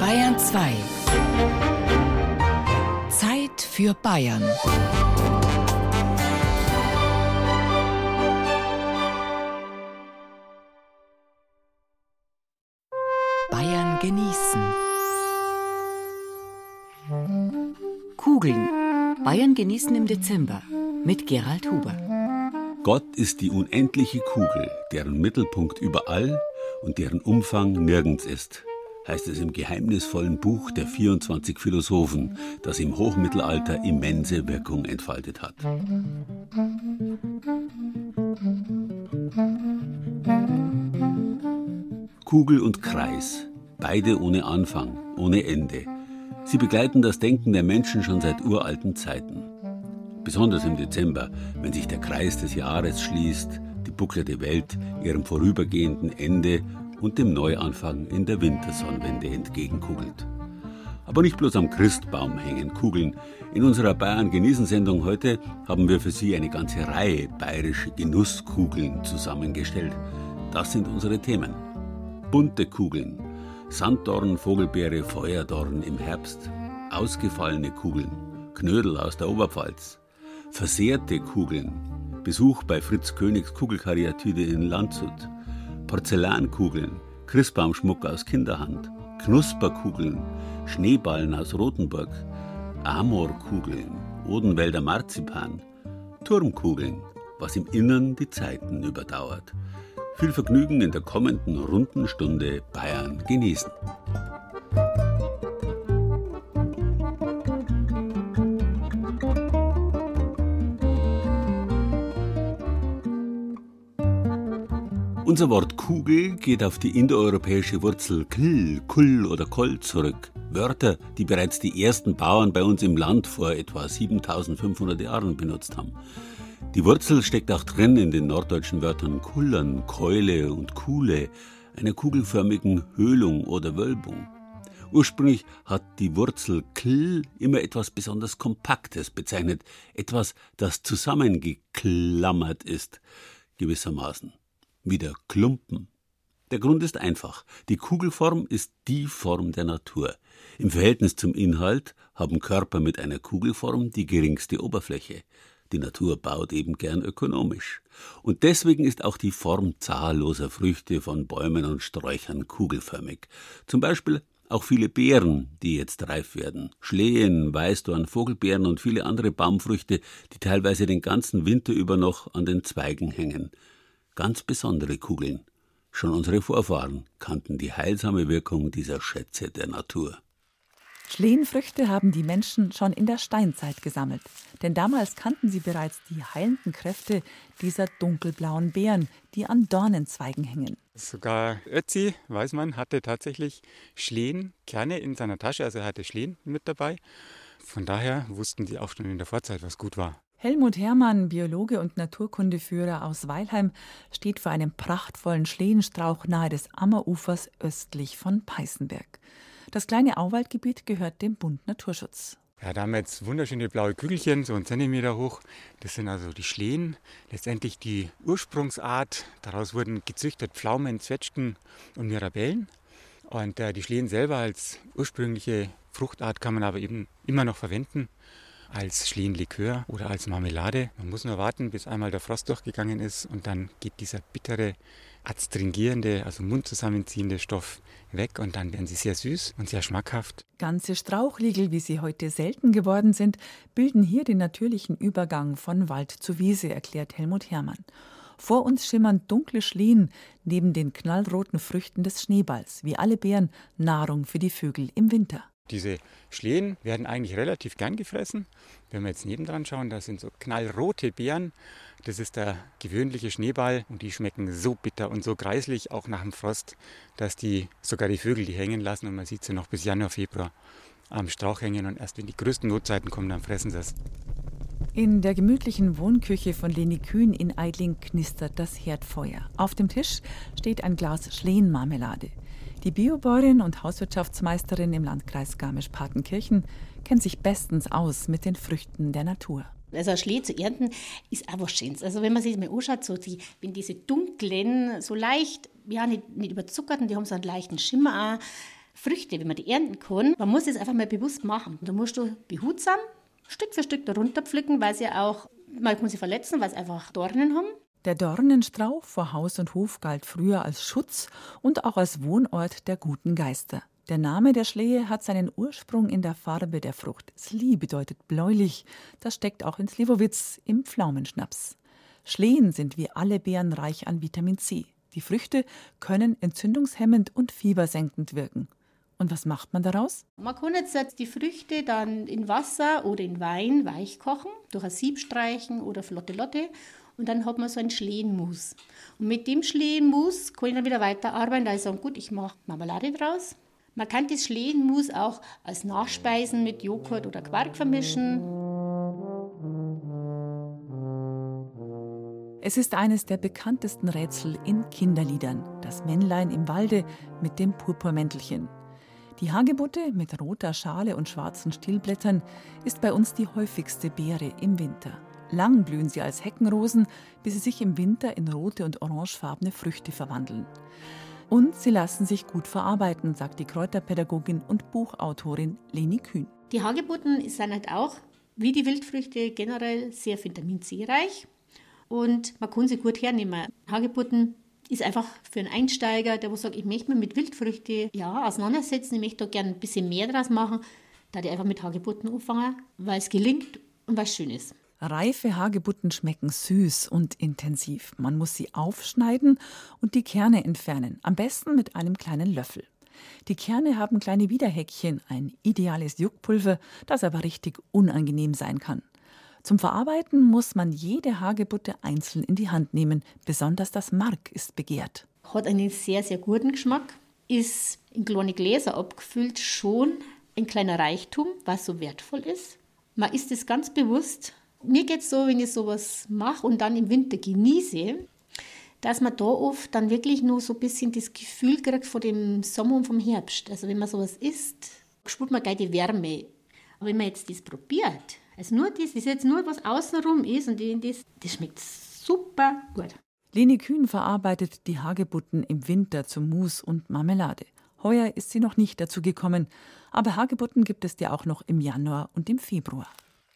Bayern 2. Zeit für Bayern. Bayern genießen. Kugeln. Bayern genießen im Dezember mit Gerald Huber. Gott ist die unendliche Kugel, deren Mittelpunkt überall und deren Umfang nirgends ist, heißt es im geheimnisvollen Buch der 24 Philosophen, das im Hochmittelalter immense Wirkung entfaltet hat. Kugel und Kreis, beide ohne Anfang, ohne Ende. Sie begleiten das Denken der Menschen schon seit uralten Zeiten. Besonders im Dezember, wenn sich der Kreis des Jahres schließt, die bucklige Welt ihrem vorübergehenden Ende und dem Neuanfang in der Wintersonnenwende entgegenkugelt. Aber nicht bloß am Christbaum hängen Kugeln. In unserer Bayern-Genießen-Sendung heute haben wir für Sie eine ganze Reihe bayerische Genusskugeln zusammengestellt. Das sind unsere Themen. Bunte Kugeln, Sanddorn, Vogelbeere, Feuerdorn im Herbst, ausgefallene Kugeln, Knödel aus der Oberpfalz, versehrte Kugeln, Besuch bei Fritz Königs Kugelkaryatide in Landshut, Porzellankugeln, Christbaumschmuck aus Kinderhand, Knusperkugeln, Schneeballen aus Rothenburg, Amorkugeln, Odenwälder Marzipan, Turmkugeln, was im Innern die Zeiten überdauert. Viel Vergnügen in der kommenden runden Stunde Bayern genießen. Unser Wort Kugel geht auf die indoeuropäische Wurzel kl, kull oder koll zurück. Wörter, die bereits die ersten Bauern bei uns im Land vor etwa 7500 Jahren benutzt haben. Die Wurzel steckt auch drin in den norddeutschen Wörtern kullern, Keule und Kuhle, einer kugelförmigen Höhlung oder Wölbung. Ursprünglich hat die Wurzel kl immer etwas besonders Kompaktes bezeichnet, etwas, das zusammengeklammert ist, gewissermaßen, wie der Klumpen. Der Grund ist einfach. Die Kugelform ist die Form der Natur. Im Verhältnis zum Inhalt haben Körper mit einer Kugelform die geringste Oberfläche. Die Natur baut eben gern ökonomisch. Und deswegen ist auch die Form zahlloser Früchte von Bäumen und Sträuchern kugelförmig. Zum Beispiel auch viele Beeren, die jetzt reif werden. Schlehen, Weißdorn, Vogelbeeren und viele andere Baumfrüchte, die teilweise den ganzen Winter über noch an den Zweigen hängen. Ganz besondere Kugeln. Schon unsere Vorfahren kannten die heilsame Wirkung dieser Schätze der Natur. Schlehenfrüchte haben die Menschen schon in der Steinzeit gesammelt. Denn damals kannten sie bereits die heilenden Kräfte dieser dunkelblauen Beeren, die an Dornenzweigen hängen. Sogar Ötzi, weiß man, hatte tatsächlich Schlehenkerne in seiner Tasche, also er hatte Schlehen mit dabei. Von daher wussten die auch schon in der Vorzeit, was gut war. Helmut Herrmann, Biologe und Naturkundeführer aus Weilheim, steht vor einem prachtvollen Schlehenstrauch nahe des Ammerufers östlich von Peißenberg. Das kleine Auwaldgebiet gehört dem Bund Naturschutz. Ja, da haben wir jetzt wunderschöne blaue Kügelchen, so 1 Zentimeter hoch. Das sind also die Schlehen, letztendlich die Ursprungsart. Daraus wurden gezüchtet Pflaumen, Zwetschgen und Mirabellen. Und die Schlehen selber als ursprüngliche Fruchtart kann man aber eben immer noch verwenden. Als Schlehenlikör oder als Marmelade. Man muss nur warten, bis einmal der Frost durchgegangen ist und dann geht dieser bittere, adstringierende, also mundzusammenziehende Stoff weg und dann werden sie sehr süß und sehr schmackhaft. Ganze Strauchliegel, wie sie heute selten geworden sind, bilden hier den natürlichen Übergang von Wald zu Wiese, erklärt Helmut Herrmann. Vor uns schimmern dunkle Schlehen neben den knallroten Früchten des Schneeballs, wie alle Beeren Nahrung für die Vögel im Winter. Diese Schlehen werden eigentlich relativ gern gefressen. Wenn wir jetzt nebendran schauen, da sind so knallrote Beeren. Das ist der gewöhnliche Schneeball und die schmecken so bitter und so greislich, auch nach dem Frost, dass sogar die Vögel die hängen lassen und man sieht sie noch bis Januar, Februar am Strauch hängen und erst wenn die größten Notzeiten kommen, dann fressen sie es. In der gemütlichen Wohnküche von Leni Kühn in Aidling knistert das Herdfeuer. Auf dem Tisch steht ein Glas Schlehenmarmelade. Die Biobäuerin und Hauswirtschaftsmeisterin im Landkreis Garmisch-Partenkirchen kennt sich bestens aus mit den Früchten der Natur. Also ein Schlee zu ernten ist auch was Schönes. Also wenn man sich mal anschaut, wenn diese dunklen, so leicht, ja nicht überzuckerten, die haben so einen leichten Schimmer auch, Früchte, wenn man die ernten kann, man muss es einfach mal bewusst machen. Da musst du behutsam Stück für Stück darunter pflücken, weil sie auch, man kann sie verletzen, weil sie einfach Dornen haben. Der Dornenstrauch vor Haus und Hof galt früher als Schutz und auch als Wohnort der guten Geister. Der Name der Schlehe hat seinen Ursprung in der Farbe der Frucht. Sli bedeutet bläulich. Das steckt auch in Slivovitz im Pflaumenschnaps. Schlehen sind wie alle Beeren reich an Vitamin C. Die Früchte können entzündungshemmend und fiebersenkend wirken. Und was macht man daraus? Man kann jetzt die Früchte dann in Wasser oder in Wein weich kochen, durch ein Sieb streichen oder flotte Lotte. Und dann hat man so ein Schlehenmus. Und mit dem Schlehenmus kann ich dann wieder weiterarbeiten. Da ich sage, gut, ich mache Marmelade draus. Man kann das Schlehenmus auch als Nachspeisen mit Joghurt oder Quark vermischen. Es ist eines der bekanntesten Rätsel in Kinderliedern. Das Männlein im Walde mit dem Purpurmäntelchen. Die Hagebutte mit roter Schale und schwarzen Stielblättern ist bei uns die häufigste Beere im Winter. Lang blühen sie als Heckenrosen, bis sie sich im Winter in rote und orangefarbene Früchte verwandeln. Und sie lassen sich gut verarbeiten, sagt die Kräuterpädagogin und Buchautorin Leni Kühn. Die Hagebutten sind halt auch, wie die Wildfrüchte, generell sehr Vitamin C reich. Und man kann sie gut hernehmen. Hagebutten ist einfach für einen Einsteiger, der sagt, ich möchte mich mit Wildfrüchten auseinandersetzen, ich möchte da gerne ein bisschen mehr draus machen, da die einfach mit Hagebutten anfangen, weil es gelingt und weil es schön ist. Reife Hagebutten schmecken süß und intensiv. Man muss sie aufschneiden und die Kerne entfernen, am besten mit einem kleinen Löffel. Die Kerne haben kleine Widerhäkchen, ein ideales Juckpulver, das aber richtig unangenehm sein kann. Zum Verarbeiten muss man jede Hagebutte einzeln in die Hand nehmen, besonders das Mark ist begehrt. Hat einen sehr, sehr guten Geschmack, ist in kleine Gläser abgefüllt, schon ein kleiner Reichtum, was so wertvoll ist. Man isst es ganz bewusst. Mir geht es so, wenn ich sowas mache und dann im Winter genieße, dass man da oft dann wirklich nur so ein bisschen das Gefühl kriegt von dem Sommer und vom Herbst. Also wenn man sowas isst, spürt man gleich die Wärme. Aber wenn man jetzt das probiert, also nur das ist jetzt nur, was außenrum ist und das schmeckt super gut. Leni Kühn verarbeitet die Hagebutten im Winter zu Mus und Marmelade. Heuer ist sie noch nicht dazu gekommen, aber Hagebutten gibt es ja auch noch im Januar und im Februar.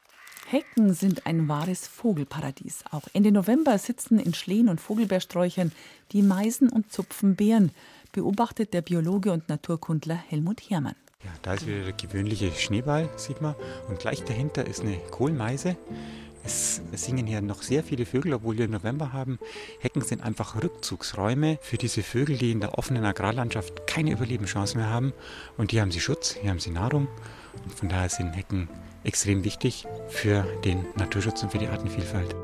Hecken sind ein wahres Vogelparadies. Auch Ende November sitzen in Schlehen- und Vogelbeersträuchern die Meisen und zupfen Beeren, beobachtet der Biologe und Naturkundler Helmut Herrmann. Ja, da ist wieder der gewöhnliche Schneeball, sieht man. Und gleich dahinter ist eine Kohlmeise. Es singen hier noch sehr viele Vögel, obwohl wir November haben. Hecken sind einfach Rückzugsräume für diese Vögel, die in der offenen Agrarlandschaft keine Überlebenschance mehr haben. Und hier haben sie Schutz, hier haben sie Nahrung. Und von daher sind Hecken extrem wichtig für den Naturschutz und für die Artenvielfalt.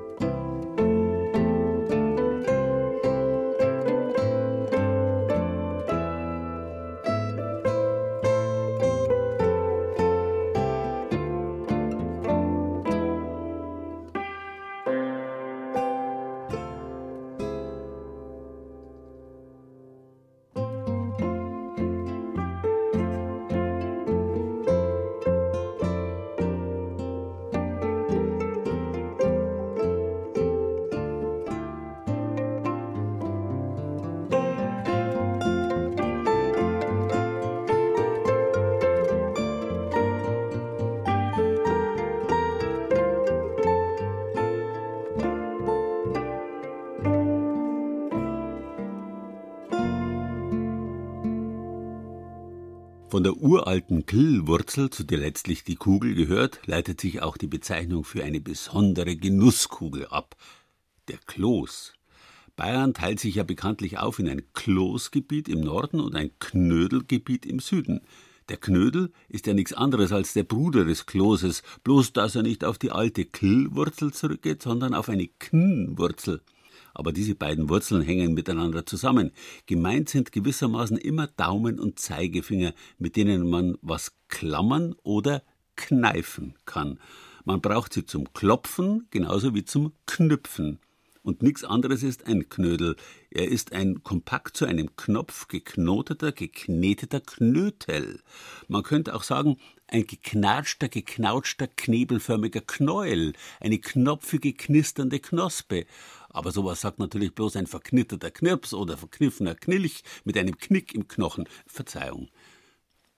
Von der uralten Klwurzel, zu der letztlich die Kugel gehört, leitet sich auch die Bezeichnung für eine besondere Genusskugel ab, der Kloß. Bayern teilt sich ja bekanntlich auf in ein Kloßgebiet im Norden und ein Knödelgebiet im Süden. Der Knödel ist ja nichts anderes als der Bruder des Kloßes, bloß dass er nicht auf die alte Klwurzel zurückgeht, sondern auf eine Knwurzel. Aber diese beiden Wurzeln hängen miteinander zusammen. Gemeint sind gewissermaßen immer Daumen und Zeigefinger, mit denen man was klammern oder kneifen kann. Man braucht sie zum Klopfen genauso wie zum Knüpfen. Und nichts anderes ist ein Knödel. Er ist ein kompakt zu einem Knopf geknoteter, gekneteter Knötel. Man könnte auch sagen, ein geknatschter, geknautschter, knebelförmiger Knäuel, eine knopfige, knisternde Knospe. Aber sowas sagt natürlich bloß ein verknitterter Knirps oder verkniffener Knilch mit einem Knick im Knochen. Verzeihung.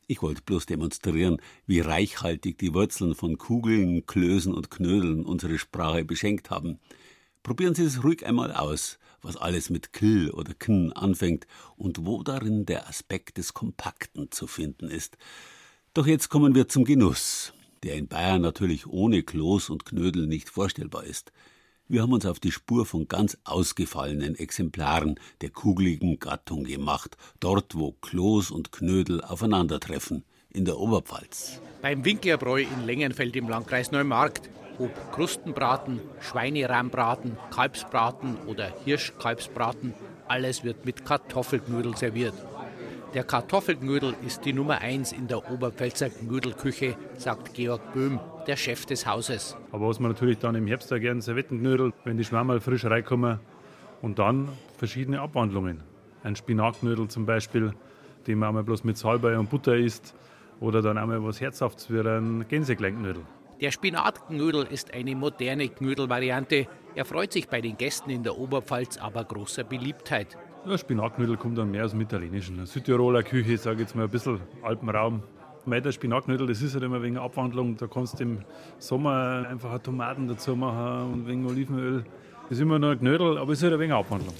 Ich wollte bloß demonstrieren, wie reichhaltig die Wurzeln von Kugeln, Klößen und Knödeln unsere Sprache beschenkt haben. Probieren Sie es ruhig einmal aus, was alles mit Kl oder Kn anfängt und wo darin der Aspekt des Kompakten zu finden ist. Doch jetzt kommen wir zum Genuss, der in Bayern natürlich ohne Kloß und Knödel nicht vorstellbar ist. Wir haben uns auf die Spur von ganz ausgefallenen Exemplaren der kugeligen Gattung gemacht, dort wo Kloß und Knödel aufeinandertreffen, in der Oberpfalz. Beim Winklerbräu in Lengenfeld im Landkreis Neumarkt. Ob Krustenbraten, Schweinerahmbraten, Kalbsbraten oder Hirschkalbsbraten, alles wird mit Kartoffelknödel serviert. Der Kartoffelknödel ist die Nummer 1 in der Oberpfälzer Knödelküche, sagt Georg Böhm, der Chef des Hauses. Aber was man natürlich dann im Herbst auch gerne Servettenknödel, wenn die Schwammerl frisch reinkommen. Und dann verschiedene Abwandlungen. Ein Spinatknödel zum Beispiel, den man einmal bloß mit Salbei und Butter isst. Oder dann einmal was Herzhaftes wie ein Gänsekleinknödel. Der Spinatknödel ist eine moderne Knödelvariante. Er freut sich bei den Gästen in der Oberpfalz aber großer Beliebtheit. Ja, Spinatknödel kommt dann mehr aus dem Italienischen. Eine Südtiroler Küche, sage ich jetzt mal ein bisschen Alpenraum. Der Spinatknödel, das ist halt immer wegen Abwandlung. Da kannst du im Sommer einfach Tomaten dazu machen und wegen Olivenöl. Das ist immer nur ein Knödel, aber es ist halt ein wenig Abwandlung.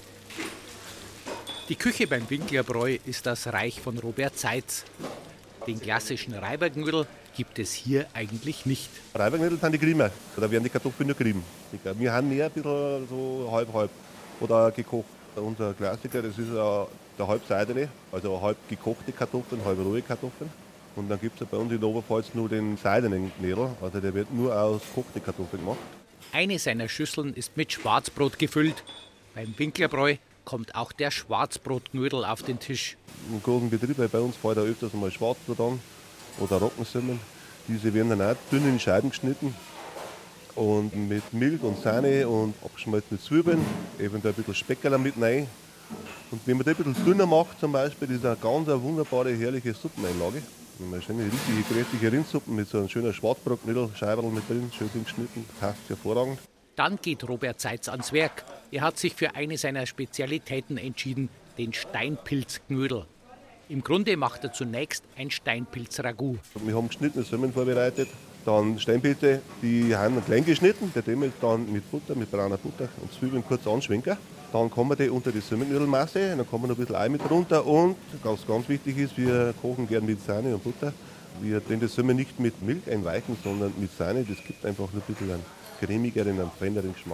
Die Küche beim Winklerbräu ist das Reich von Robert Seitz. Den klassischen Reiberknödel gibt es hier eigentlich nicht. Reiberknödel sind die Grimmer, da werden die Kartoffeln nur gerieben. Wir haben mehr ein bisschen so halb-halb oder gekocht. Unser Klassiker, das ist der halbseidene, also halb gekochte Kartoffeln, halb rohe Kartoffeln. Und dann gibt es bei uns in der Oberpfalz nur den seidenen Knödel, also der wird nur aus gekochten Kartoffeln gemacht. Eine seiner Schüsseln ist mit Schwarzbrot gefüllt. Beim Winklerbräu kommt auch der Schwarzbrotknödel auf den Tisch. Im großen Betrieb, bei uns fällt da öfters mal Schwarzbrot an oder Roggensemmeln. Diese werden dann auch dünn in Scheiben geschnitten und mit Milch und Sahne und abgeschmalzene Zwiebeln, eventuell ein bisschen Speckerl mit rein. Und wenn man das ein bisschen dünner macht zum Beispiel, das ist eine ganz wunderbare, herrliche Suppeneinlage. Eine schöne, richtige, kräftige Rindsuppe mit so einem schönen Schwarzbrotknödel-Scheiberl mit drin, schön geschnitten, passt hervorragend. Dann geht Robert Seitz ans Werk. Er hat sich für eine seiner Spezialitäten entschieden, den Steinpilzknödel. Im Grunde macht er zunächst ein Steinpilz-Ragout. Wir haben geschnittene Semmeln vorbereitet, dann Steinpilze, die haben klein geschnitten, die wir dann mit Butter, mit brauner Butter und Zwiebeln kurz anschwenken. Dann kommen die unter die Semmelknödelmasse, dann kommen noch ein bisschen Ei mit runter und ganz wichtig ist, wir kochen gern mit Sahne und Butter. Wir den das Semmel nicht mit Milch einweichen, sondern mit Sahne, das gibt einfach ein bisschen einen cremigeren, einen feineren Geschmack.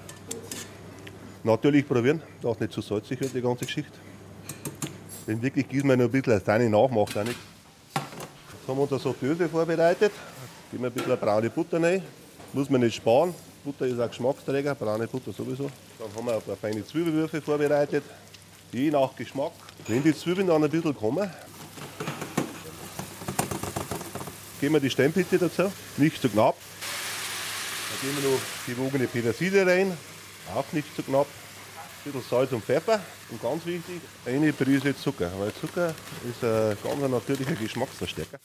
Natürlich probieren, dass nicht zu salzig wird, die ganze Geschichte. Wenn wirklich gießen wir noch ein bisschen Sahne nach, macht auch nichts. Jetzt haben wir unsere Sauteuse vorbereitet. Geben wir ein bisschen braune Butter rein. Muss man nicht sparen. Butter ist ein Geschmacksträger, braune Butter sowieso. Dann haben wir ein paar feine Zwiebelwürfel vorbereitet. Je nach Geschmack. Wenn die Zwiebeln dann ein bisschen kommen, geben wir die Steinpilze dazu. Nicht zu knapp. Dann geben wir noch gewogene Petersilie rein. Auch nicht zu knapp. Ein bisschen Salz und Pfeffer. Und ganz wichtig, eine Prise Zucker. Weil Zucker ist ein ganz natürlicher Geschmacksverstärker.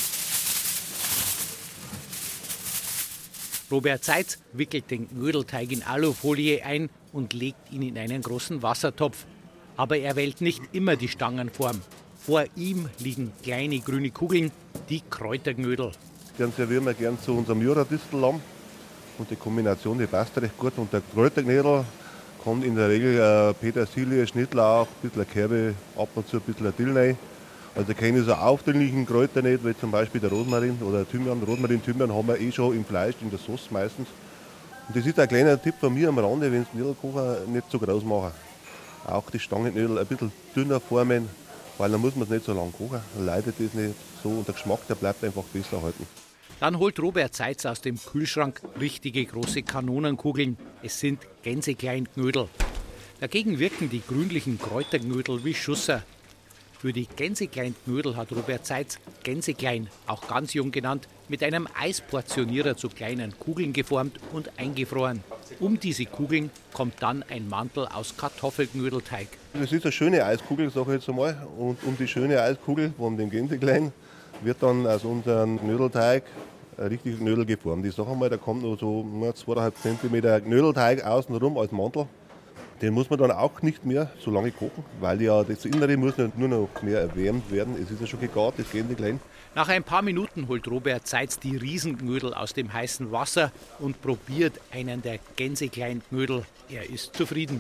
Robert Seitz wickelt den Knödelteig in Alufolie ein und legt ihn in einen großen Wassertopf. Aber er wählt nicht immer die Stangenform. Vor ihm liegen kleine grüne Kugeln, die Kräuterknödel. Den servieren wir gern zu unserem Jura-Distellamm. Und die Kombination, die passt recht gut. Und der Kräuterknödel kommt in der Regel Petersilie, Schnittlauch, ein bisschen Kerbe, ab und zu ein bisschen Dill rein. Also keine so aufdringlichen Kräuter nicht, wie zum Beispiel der Rosmarin oder Thymian. Rosmarin, haben wir schon im Fleisch, in der Sauce meistens. Und das ist ein kleiner Tipp von mir am Rande, wenn Sie Knödelkocher nicht so groß machen. Auch die Stangenknödel ein bisschen dünner formen, weil dann muss man es nicht so lange kochen. Dann leidet das nicht so und der Geschmack, der bleibt einfach besser halten. Dann holt Robert Seitz aus dem Kühlschrank richtige große Kanonenkugeln. Es sind Gänsekleinknödel. Dagegen wirken die grünlichen Kräuterknödel wie Schusser. Für die Gänsekleinknödel hat Robert Seitz Gänseklein, auch ganz jung genannt, mit einem Eisportionierer zu kleinen Kugeln geformt und eingefroren. Um diese Kugeln kommt dann ein Mantel aus Kartoffelknödelteig. Das ist eine schöne Eiskugel, sage ich jetzt einmal. Und um die schöne Eiskugel von dem Gänseklein wird dann aus unserem Knödelteig ein richtiges Knödel geformt. Ich sage einmal, da kommt noch so 2,5 cm Knödelteig außenrum als Mantel. Den muss man dann auch nicht mehr so lange kochen, weil ja das Innere muss nur noch mehr erwärmt werden. Es ist ja schon gegart, das Gänseklein. Nach ein paar Minuten holt Robert Seitz die Riesenknödel aus dem heißen Wasser und probiert einen der Gänsekleinknödel. Er ist zufrieden.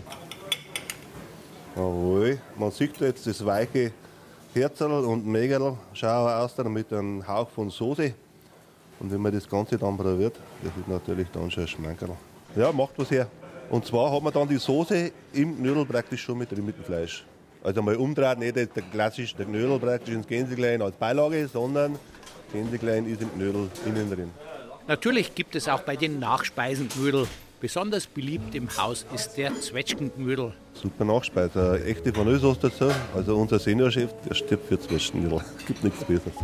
Jawohl, man sieht da jetzt das weiche Herzerl und Mägerl schauen aus dann mit einem Hauch von Soße. Und wenn man das Ganze dann probiert, das ist natürlich dann schon ein Schmankerl. Ja, macht was her. Und zwar hat man dann die Soße im Knödel praktisch schon mit drin, mit dem Fleisch. Also mal umdrehen, nicht der klassische Knödel praktisch ins Gänseklein als Beilage, sondern Gänseklein ist im Knödel innen drin. Natürlich gibt es auch bei den Nachspeisen Knödel. Besonders beliebt im Haus ist der Zwetschgenknödel. Super Nachspeise, eine echte Vanillesoße dazu. Also unser Seniorchef, der stirbt für Zwetschgenknödel. Es gibt nichts Besseres.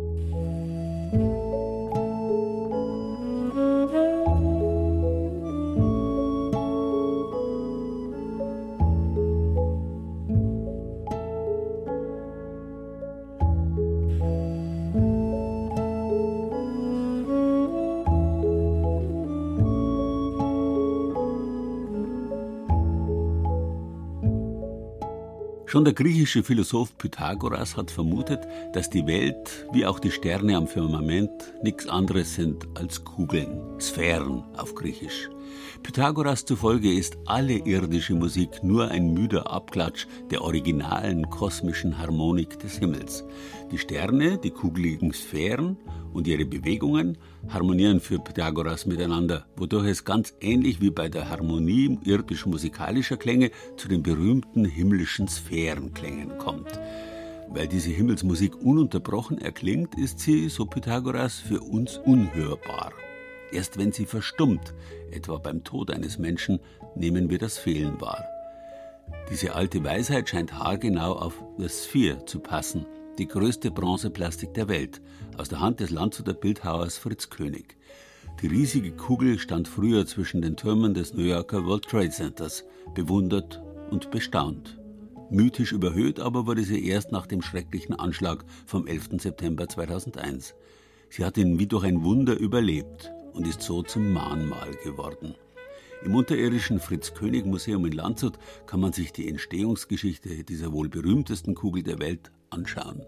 Schon der griechische Philosoph Pythagoras hat vermutet, dass die Welt, wie auch die Sterne am Firmament, nichts anderes sind als Kugeln, Sphären auf Griechisch. Pythagoras zufolge ist alle irdische Musik nur ein müder Abklatsch der originalen kosmischen Harmonik des Himmels. Die Sterne, die kugeligen Sphären und ihre Bewegungen harmonieren für Pythagoras miteinander, wodurch es ganz ähnlich wie bei der Harmonie irdisch-musikalischer Klänge zu den berühmten himmlischen Sphärenklängen kommt. Weil diese Himmelsmusik ununterbrochen erklingt, ist sie, so Pythagoras, für uns unhörbar. Erst wenn sie verstummt, etwa beim Tod eines Menschen, nehmen wir das Fehlen wahr. Diese alte Weisheit scheint haargenau auf The Sphere zu passen, die größte Bronzeplastik der Welt, aus der Hand des Landshuter Bildhauers Fritz König. Die riesige Kugel stand früher zwischen den Türmen des New Yorker World Trade Centers, bewundert und bestaunt. Mythisch überhöht aber wurde sie erst nach dem schrecklichen Anschlag vom 11. September 2001. Sie hat ihn wie durch ein Wunder überlebt und ist so zum Mahnmal geworden. Im unterirdischen Fritz-König-Museum in Landshut kann man sich die Entstehungsgeschichte dieser wohl berühmtesten Kugel der Welt anschauen.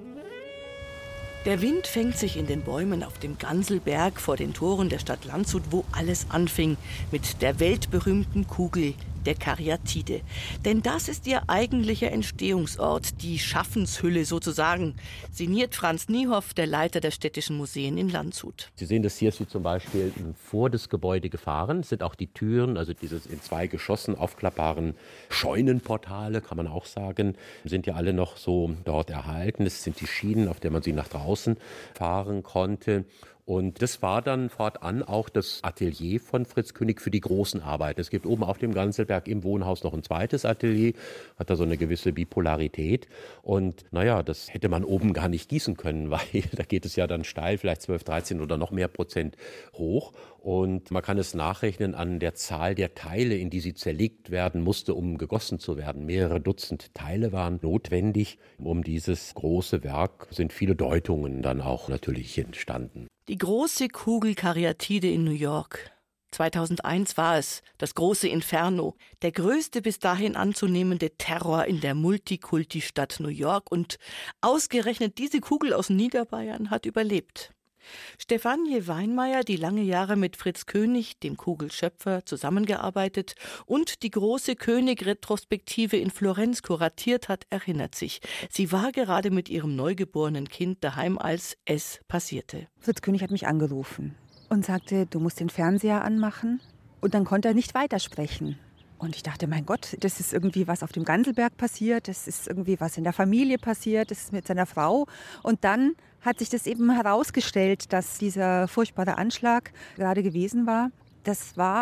Der Wind fängt sich in den Bäumen auf dem Ganselberg vor den Toren der Stadt Landshut, wo alles anfing mit der weltberühmten Kugel der Karyatide. Denn das ist ihr eigentlicher Entstehungsort, die Schaffenshülle sozusagen. Sinniert Franz Niehoff, der Leiter der Städtischen Museen in Landshut. Sie sehen, das hier ist wie zum Beispiel vor das Gebäude gefahren. Es sind auch die Türen, also dieses in 2 Geschossen aufklappbaren Scheunenportale, kann man auch sagen, sind ja alle noch so dort erhalten. Es sind die Schienen, auf der man sie nach draußen fahren konnte. Und das war dann fortan auch das Atelier von Fritz König für die großen Arbeiten. Es gibt oben auf dem Ganselberg im Wohnhaus noch ein zweites Atelier, hat da so eine gewisse Bipolarität. Und naja, das hätte man oben gar nicht gießen können, weil da geht es ja dann steil, vielleicht 12, 13 oder noch mehr Prozent hoch. Und man kann es nachrechnen an der Zahl der Teile, in die sie zerlegt werden musste, um gegossen zu werden. Mehrere Dutzend Teile waren notwendig. Um dieses große Werk sind viele Deutungen dann auch natürlich entstanden. Die große Kugel Karyatide in New York. 2001 war es, das große Inferno, der größte bis dahin anzunehmende Terror in der Multikulti-Stadt New York. Und ausgerechnet diese Kugel aus Niederbayern hat überlebt. Stefanie Weinmeier, die lange Jahre mit Fritz König, dem Kugelschöpfer, zusammengearbeitet und die große König-Retrospektive in Florenz kuratiert hat, erinnert sich. Sie war gerade mit ihrem neugeborenen Kind daheim, als es passierte. Fritz König hat mich angerufen und sagte, du musst den Fernseher anmachen. Und dann konnte er nicht weitersprechen. Und ich dachte, mein Gott, das ist irgendwie was auf dem Ganselberg passiert, das ist irgendwie was in der Familie passiert, das ist mit seiner Frau. Und dann hat sich das eben herausgestellt, dass dieser furchtbare Anschlag gerade gewesen war. Das war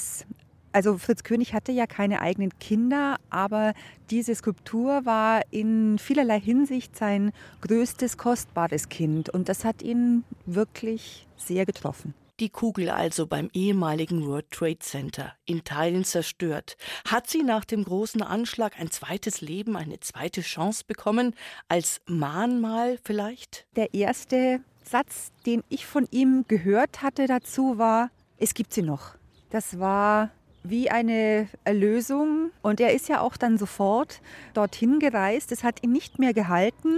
also Fritz König hatte ja keine eigenen Kinder, aber diese Skulptur war in vielerlei Hinsicht sein größtes, kostbares Kind. Und das hat ihn wirklich sehr getroffen. Die Kugel also beim ehemaligen World Trade Center, in Teilen zerstört. Hat sie nach dem großen Anschlag ein zweites Leben, eine zweite Chance bekommen? Als Mahnmal vielleicht? Der erste Satz, den ich von ihm gehört hatte dazu, war, es gibt sie noch. Das war wie eine Erlösung. Und er ist ja auch dann sofort dorthin gereist. Es hat ihn nicht mehr gehalten.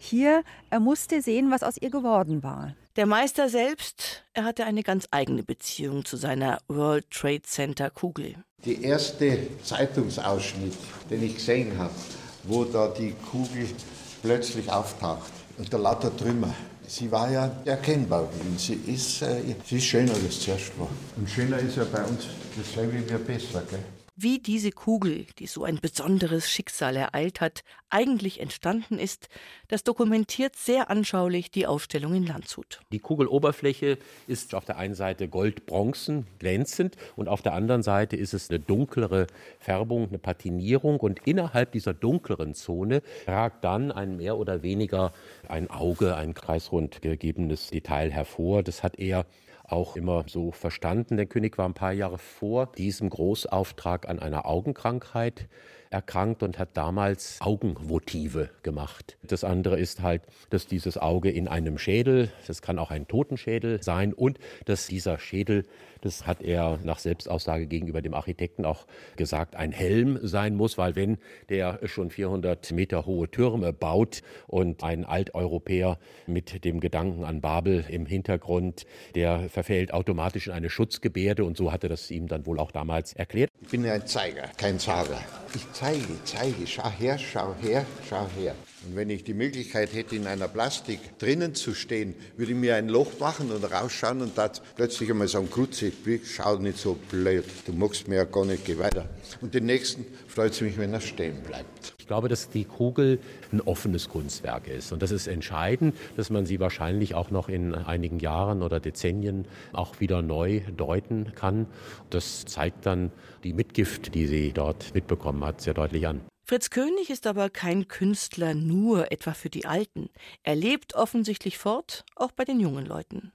Er musste sehen, was aus ihr geworden war. Der Meister selbst, er hatte eine ganz eigene Beziehung zu seiner World Trade Center Kugel. Der erste Zeitungsausschnitt, den ich gesehen habe, wo da die Kugel plötzlich auftaucht und der lauter Trümmer. Sie war ja erkennbar. Sie ist schöner als zuerst war. Und schöner ist ja bei uns dasselbe wie besser. Gell? Wie diese Kugel, die so ein besonderes Schicksal ereilt hat, eigentlich entstanden ist, das dokumentiert sehr anschaulich die Ausstellung in Landshut. Die Kugeloberfläche ist auf der einen Seite goldbronzen, glänzend, und auf der anderen Seite ist es eine dunklere Färbung, eine Patinierung, und innerhalb dieser dunkleren Zone ragt dann ein mehr oder weniger ein Auge, ein kreisrund gegebenes Detail hervor. Das hat er auch immer so verstanden. Der König war ein paar Jahre vor diesem Großauftrag an einer Augenkrankheit erkrankt und hat damals Augenvotive gemacht. Das andere ist halt, dass dieses Auge in einem Schädel, das kann auch ein Totenschädel sein, und dass dieser Schädel, das hat er nach Selbstaussage gegenüber dem Architekten auch gesagt, ein Helm sein muss, weil wenn der schon 400 Meter hohe Türme baut und ein Alteuropäer mit dem Gedanken an Babel im Hintergrund, der verfällt automatisch in eine Schutzgebärde, und so hat er das ihm dann wohl auch damals erklärt. Ich bin ein Zeiger, kein Sager. Ich zeige, schau her, schau her, schau her. Und wenn ich die Möglichkeit hätte, in einer Plastik drinnen zu stehen, würde ich mir ein Loch machen und rausschauen und da plötzlich einmal sagen, Grüezi, schau nicht so blöd, du magst mir ja gar nicht, geh weiter. Und den nächsten freut es mich, wenn er stehen bleibt. Ich glaube, dass die Kugel ein offenes Kunstwerk ist, und das ist entscheidend, dass man sie wahrscheinlich auch noch in einigen Jahren oder Dezennien auch wieder neu deuten kann. Das zeigt dann die Mitgift, die sie dort mitbekommen hat, sehr deutlich an. Fritz König ist aber kein Künstler nur etwa für die Alten. Er lebt offensichtlich fort, auch bei den jungen Leuten.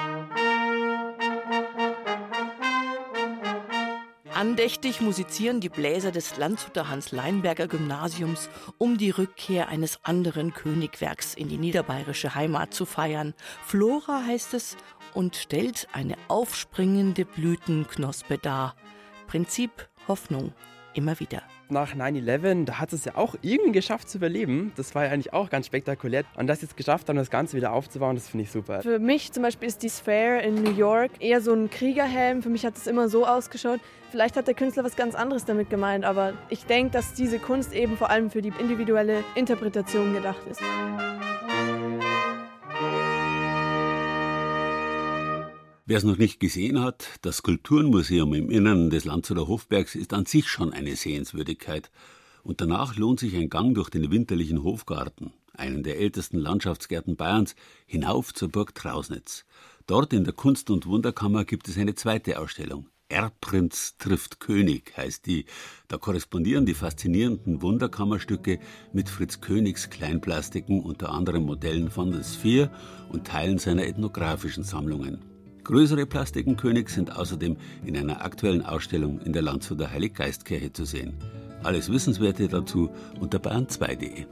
Andächtig musizieren die Bläser des Landshuter Hans-Leinberger-Gymnasiums, um die Rückkehr eines anderen Königwerks in die niederbayerische Heimat zu feiern. Flora heißt es und stellt eine aufspringende Blütenknospe dar. Prinzip Hoffnung, immer wieder. Nach 9/11, da hat es ja auch irgendwie geschafft zu überleben. Das war ja eigentlich auch ganz spektakulär. Und das jetzt geschafft haben, das Ganze wieder aufzubauen, das finde ich super. Für mich zum Beispiel ist die Sphere in New York eher so ein Kriegerhelm. Für mich hat es immer so ausgeschaut. Vielleicht hat der Künstler was ganz anderes damit gemeint, aber ich denke, dass diese Kunst eben vor allem für die individuelle Interpretation gedacht ist. Wer es noch nicht gesehen hat, das Skulpturenmuseum im Innern des Landshuter Hofbergs ist an sich schon eine Sehenswürdigkeit. Und danach lohnt sich ein Gang durch den winterlichen Hofgarten, einen der ältesten Landschaftsgärten Bayerns, hinauf zur Burg Trausnitz. Dort in der Kunst- und Wunderkammer gibt es eine zweite Ausstellung. Erbprinz trifft König heißt die. Da korrespondieren die faszinierenden Wunderkammerstücke mit Fritz Königs Kleinplastiken, unter anderem Modellen von der Sphere und Teilen seiner ethnografischen Sammlungen. Größere Plastiken Königs sind außerdem in einer aktuellen Ausstellung in der Landshuter Heiliggeistkirche zu sehen. Alles Wissenswerte dazu unter bayern2.de.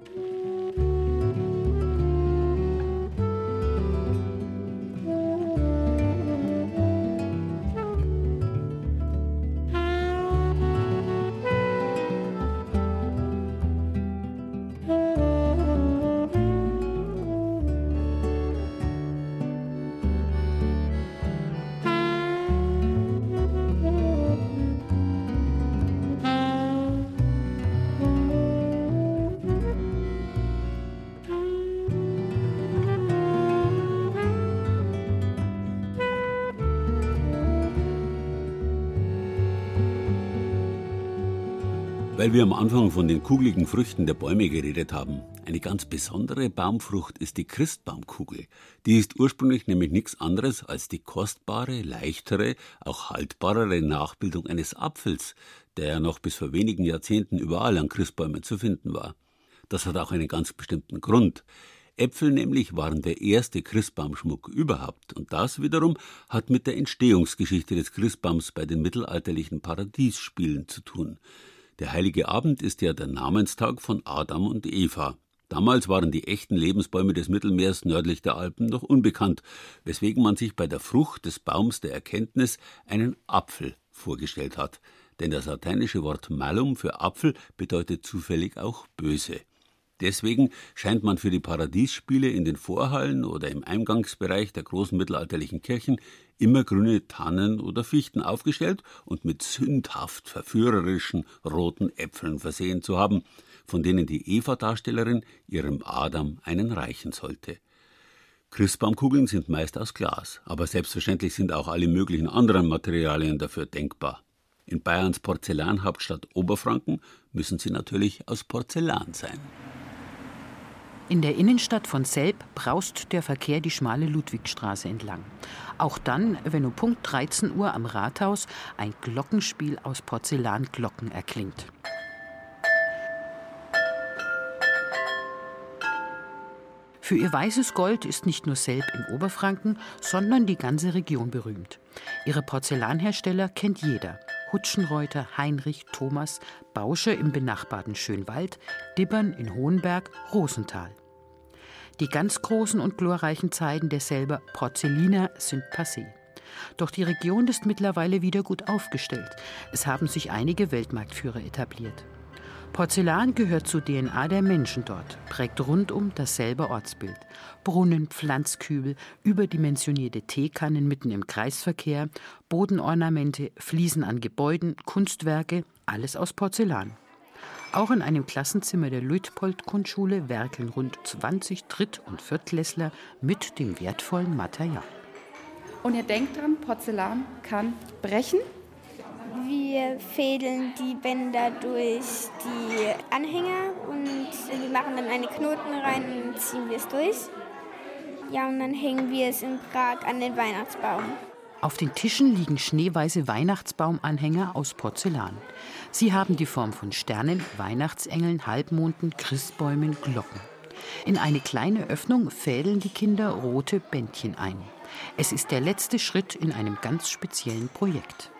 Weil wir am Anfang von den kugeligen Früchten der Bäume geredet haben, eine ganz besondere Baumfrucht ist die Christbaumkugel. Die ist ursprünglich nämlich nichts anderes als die kostbare, leichtere, auch haltbarere Nachbildung eines Apfels, der ja noch bis vor wenigen Jahrzehnten überall an Christbäumen zu finden war. Das hat auch einen ganz bestimmten Grund. Äpfel nämlich waren der erste Christbaumschmuck überhaupt, und das wiederum hat mit der Entstehungsgeschichte des Christbaums bei den mittelalterlichen Paradiesspielen zu tun. Der Heilige Abend ist ja der Namenstag von Adam und Eva. Damals waren die echten Lebensbäume des Mittelmeers nördlich der Alpen noch unbekannt, weswegen man sich bei der Frucht des Baums der Erkenntnis einen Apfel vorgestellt hat. Denn das lateinische Wort malum für Apfel bedeutet zufällig auch böse. Deswegen scheint man für die Paradiesspiele in den Vorhallen oder im Eingangsbereich der großen mittelalterlichen Kirchen immer grüne Tannen oder Fichten aufgestellt und mit sündhaft verführerischen roten Äpfeln versehen zu haben, von denen die Eva-Darstellerin ihrem Adam einen reichen sollte. Christbaumkugeln sind meist aus Glas, aber selbstverständlich sind auch alle möglichen anderen Materialien dafür denkbar. In Bayerns Porzellanhauptstadt Oberfranken müssen sie natürlich aus Porzellan sein. In der Innenstadt von Selb braust der Verkehr die schmale Ludwigstraße entlang. Auch dann, wenn um Punkt 13 Uhr am Rathaus ein Glockenspiel aus Porzellanglocken erklingt. Für ihr weißes Gold ist nicht nur Selb in Oberfranken, sondern die ganze Region berühmt. Ihre Porzellanhersteller kennt jeder. Hutschenreuter, Heinrich, Thomas, Bauscher im benachbarten Schönwald, Dibbern in Hohenberg, Rosenthal. Die ganz großen und glorreichen Zeiten der Selber Porzelliner sind passé. Doch die Region ist mittlerweile wieder gut aufgestellt. Es haben sich einige Weltmarktführer etabliert. Porzellan gehört zur DNA der Menschen dort, prägt rundum dasselbe Ortsbild. Brunnen, Pflanzkübel, überdimensionierte Teekannen mitten im Kreisverkehr, Bodenornamente, Fliesen an Gebäuden, Kunstwerke, alles aus Porzellan. Auch in einem Klassenzimmer der Luitpold-Grundschule werkeln rund 20 Dritt- und Viertklässler mit dem wertvollen Material. Und ihr denkt dran, Porzellan kann brechen. Wir fädeln die Bänder durch die Anhänger und wir machen dann eine Knoten rein und ziehen wir es durch. Ja, und dann hängen wir es in Prag an den Weihnachtsbaum. Auf den Tischen liegen schneeweiße Weihnachtsbaumanhänger aus Porzellan. Sie haben die Form von Sternen, Weihnachtsengeln, Halbmonden, Christbäumen, Glocken. In eine kleine Öffnung fädeln die Kinder rote Bändchen ein. Es ist der letzte Schritt in einem ganz speziellen Projekt.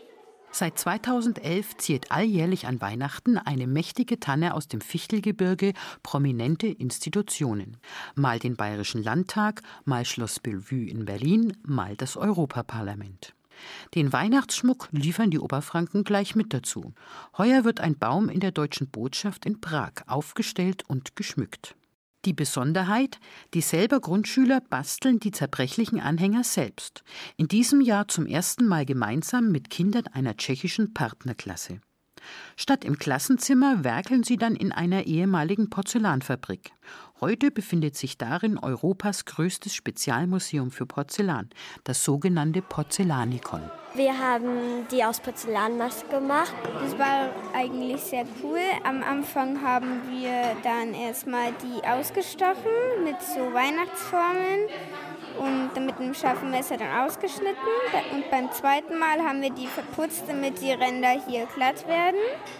Seit 2011 ziert alljährlich an Weihnachten eine mächtige Tanne aus dem Fichtelgebirge prominente Institutionen. Mal den Bayerischen Landtag, mal Schloss Bellevue in Berlin, mal das Europaparlament. Den Weihnachtsschmuck liefern die Oberfranken gleich mit dazu. Heuer wird ein Baum in der Deutschen Botschaft in Prag aufgestellt und geschmückt. Die Besonderheit: Die Selber Grundschüler basteln die zerbrechlichen Anhänger selbst. In diesem Jahr zum ersten Mal gemeinsam mit Kindern einer tschechischen Partnerklasse. Statt im Klassenzimmer werkeln sie dann in einer ehemaligen Porzellanfabrik. Heute befindet sich darin Europas größtes Spezialmuseum für Porzellan, das sogenannte Porzellanikon. Wir haben die aus Porzellanmasse gemacht. Das war eigentlich sehr cool. Am Anfang haben wir dann erstmal die ausgestochen mit so Weihnachtsformen und dann mit einem scharfen Messer dann ausgeschnitten. Und beim zweiten Mal haben wir die verputzt, damit die Ränder hier glatt werden.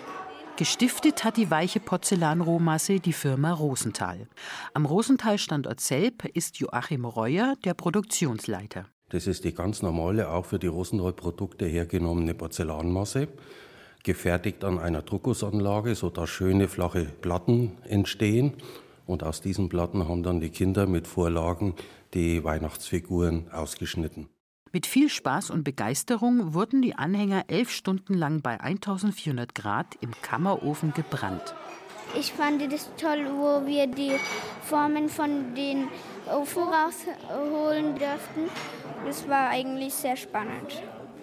Gestiftet hat die weiche Porzellanrohmasse die Firma Rosenthal. Am Rosenthal-Standort Selb ist Joachim Reuer der Produktionsleiter. Das ist die ganz normale, auch für die Rosenthal-Produkte hergenommene Porzellanmasse, gefertigt an einer Druckgussanlage, sodass schöne flache Platten entstehen. Und aus diesen Platten haben dann die Kinder mit Vorlagen die Weihnachtsfiguren ausgeschnitten. Mit viel Spaß und Begeisterung wurden die Anhänger 11 Stunden lang bei 1400 Grad im Kammerofen gebrannt. Ich fand das toll, wo wir die Formen von den Ofen rausholen durften. Das war eigentlich sehr spannend,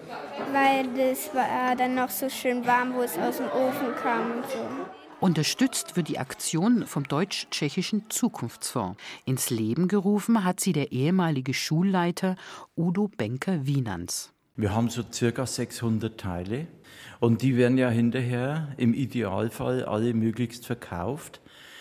weil das war dann noch so schön warm, wo es aus dem Ofen kam und so. Unterstützt wird die Aktion vom Deutsch-Tschechischen Zukunftsfonds. Ins Leben gerufen hat sie der ehemalige Schulleiter Udo Benker-Wienans. Wir haben so circa 600 Teile und die werden ja hinterher im Idealfall alle möglichst verkauft.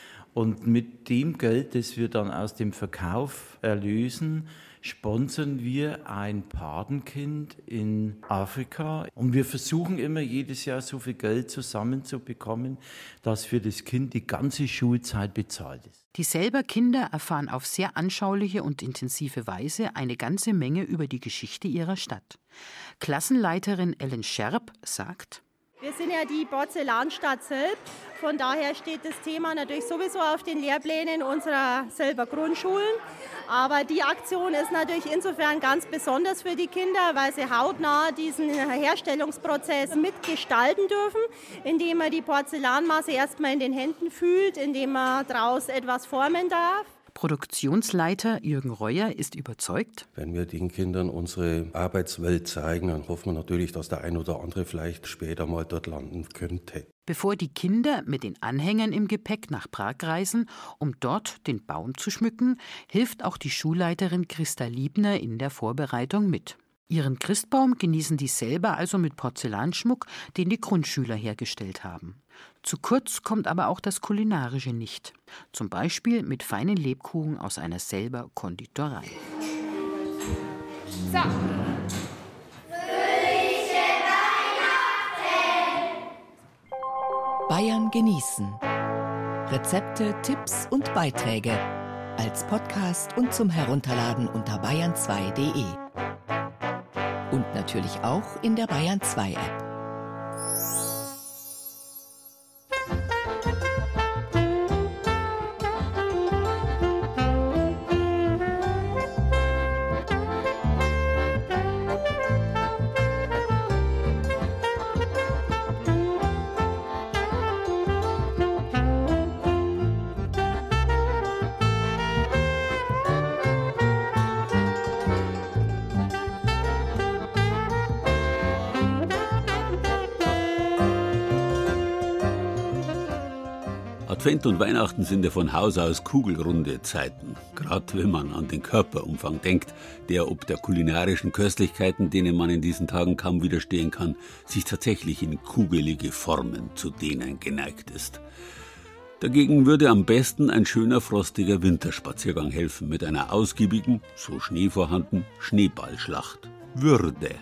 Und mit dem Geld, das wir dann aus dem Verkauf erlösen, sponsern wir ein Patenkind in Afrika. Und wir versuchen immer jedes Jahr so viel Geld zusammenzubekommen, dass für das Kind die ganze Schulzeit bezahlt ist. Die Selber Kinder erfahren auf sehr anschauliche und intensive Weise eine ganze Menge über die Geschichte ihrer Stadt. Klassenleiterin Ellen Scherb sagt: Wir sind ja die Porzellanstadt Selb. Von daher steht das Thema natürlich sowieso auf den Lehrplänen unserer selber Grundschulen. Aber die Aktion ist natürlich insofern ganz besonders für die Kinder, weil sie hautnah diesen Herstellungsprozess mitgestalten dürfen, indem man die Porzellanmasse erstmal in den Händen fühlt, indem man daraus etwas formen darf. Produktionsleiter Jürgen Reuer ist überzeugt. Wenn wir den Kindern unsere Arbeitswelt zeigen, dann hoffen wir natürlich, dass der ein oder andere vielleicht später mal dort landen könnte. Bevor die Kinder mit den Anhängern im Gepäck nach Prag reisen, um dort den Baum zu schmücken, hilft auch die Schulleiterin Christa Liebner in der Vorbereitung mit. Ihren Christbaum genießen die selber also mit Porzellanschmuck, den die Grundschüler hergestellt haben. Zu kurz kommt aber auch das Kulinarische nicht. Zum Beispiel mit feinen Lebkuchen aus einer selber Konditorei. So. Bayern genießen. Rezepte, Tipps und Beiträge. Als Podcast und zum Herunterladen unter bayern2.de. Und natürlich auch in der Bayern 2 App. Advent und Weihnachten sind ja von Haus aus kugelrunde Zeiten. Gerade wenn man an den Körperumfang denkt, der ob der kulinarischen Köstlichkeiten, denen man in diesen Tagen kaum widerstehen kann, sich tatsächlich in kugelige Formen zu dehnen geneigt ist. Dagegen würde am besten ein schöner frostiger Winterspaziergang helfen mit einer ausgiebigen, so Schnee vorhanden, Schneeballschlacht. Würde.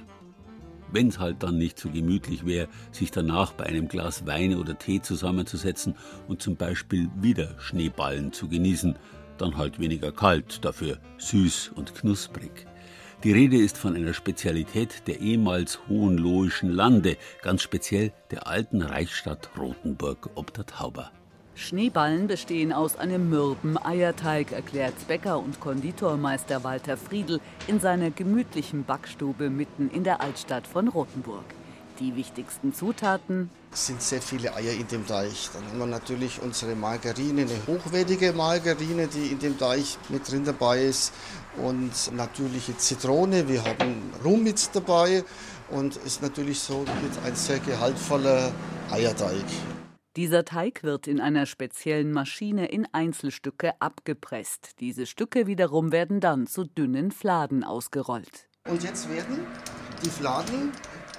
Wenn's halt dann nicht so gemütlich wäre, sich danach bei einem Glas Wein oder Tee zusammenzusetzen und zum Beispiel wieder Schneeballen zu genießen, dann halt weniger kalt, dafür süß und knusprig. Die Rede ist von einer Spezialität der ehemals hohenlohischen Lande, ganz speziell der alten Reichsstadt Rothenburg ob der Tauber. Schneeballen bestehen aus einem mürben Eierteig, erklärt Bäcker und Konditormeister Walter Friedl in seiner gemütlichen Backstube mitten in der Altstadt von Rothenburg. Die wichtigsten Zutaten: Es sind sehr viele Eier in dem Teig. Dann haben wir natürlich unsere Margarine, eine hochwertige Margarine, die in dem Teig mit drin dabei ist. Und natürliche Zitrone, wir haben Rum mit dabei. Und es ist natürlich so mit ein sehr gehaltvoller Eierteig. Dieser Teig wird in einer speziellen Maschine in Einzelstücke abgepresst. Diese Stücke wiederum werden dann zu dünnen Fladen ausgerollt. Und jetzt werden die Fladen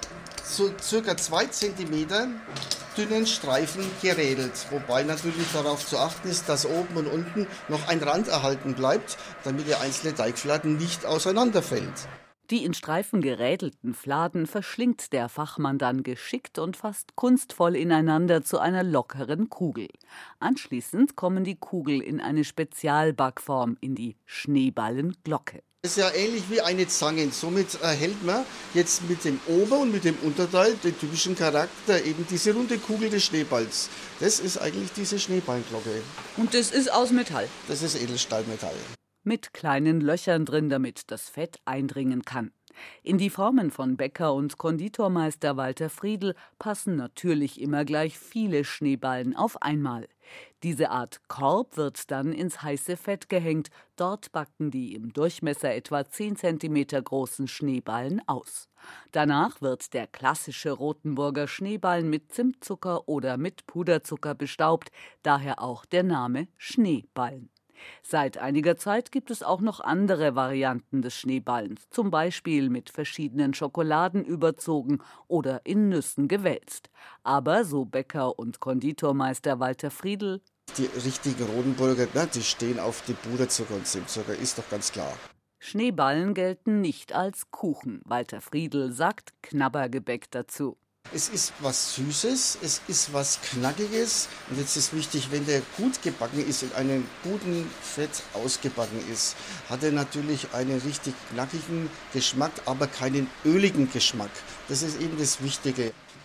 zu ca. 2 cm dünnen Streifen gerädelt. Wobei natürlich darauf zu achten ist, dass oben und unten noch ein Rand erhalten bleibt, damit der einzelne Teigfladen nicht auseinanderfällt. Die in Streifen gerädelten Fladen verschlingt der Fachmann dann geschickt und fast kunstvoll ineinander zu einer lockeren Kugel. Anschließend kommen die Kugel in eine Spezialbackform, in die Schneeballenglocke. Das ist ja ähnlich wie eine Zange. Somit erhält man jetzt mit dem Ober- und mit dem Unterteil den typischen Charakter, eben diese runde Kugel des Schneeballs. Das ist eigentlich diese Schneeballenglocke. Und das ist aus Metall? Das ist Edelstahlmetall. Mit kleinen Löchern drin, damit das Fett eindringen kann. In die Formen von Bäcker und Konditormeister Walter Friedl passen natürlich immer gleich viele Schneeballen auf einmal. Diese Art Korb wird dann ins heiße Fett gehängt. Dort backen die im Durchmesser etwa 10 cm großen Schneeballen aus. Danach wird der klassische Rothenburger Schneeballen mit Zimtzucker oder mit Puderzucker bestaubt, daher auch der Name Schneeballen. Seit einiger Zeit gibt es auch noch andere Varianten des Schneeballens, zum Beispiel mit verschiedenen Schokoladen überzogen oder in Nüssen gewälzt. Aber, so Bäcker und Konditormeister Walter Friedl, die richtigen Rothenburger, die stehen auf die Puderzucker und Zimtzucker, ist doch ganz klar. Schneeballen gelten nicht als Kuchen. Walter Friedl sagt Knabbergebäck dazu. Es ist was Süßes, es ist was Knackiges und jetzt ist wichtig, wenn der gut gebacken ist, in einem guten Fett ausgebacken ist, hat er natürlich einen richtig knackigen Geschmack, aber keinen öligen Geschmack. Das ist eben das Wichtige.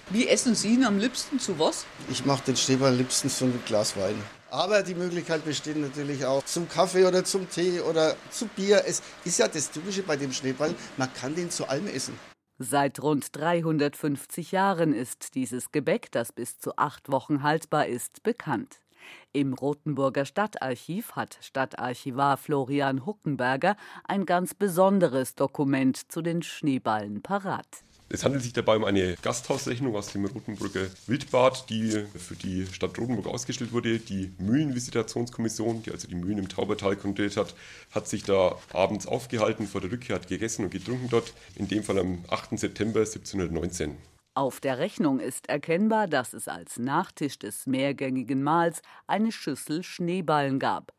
Wie essen Sie ihn am liebsten zu was? Ich mache den Schneeball am liebsten so mit Glas Wein. Aber die Möglichkeit besteht natürlich auch zum Kaffee oder zum Tee oder zu Bier. Es ist ja das Typische bei dem Schneeball, man kann den zu allem essen. Seit rund 350 Jahren ist dieses Gebäck, das bis zu 8 Wochen haltbar ist, bekannt. Im Rothenburger Stadtarchiv hat Stadtarchivar Florian Huckenberger ein ganz besonderes Dokument zu den Schneeballen parat. Es handelt sich dabei um eine Gasthausrechnung aus dem Rothenburger Wildbad, die für die Stadt Rothenburg ausgestellt wurde. Die Mühlenvisitationskommission, die also die Mühlen im Taubertal kontrolliert hat sich da abends aufgehalten, vor der Rückkehr hat gegessen und getrunken dort, in dem Fall am 8. September 1719. Auf der Rechnung ist erkennbar, dass es als Nachtisch des mehrgängigen Mahls eine Schüssel Schneeballen gab.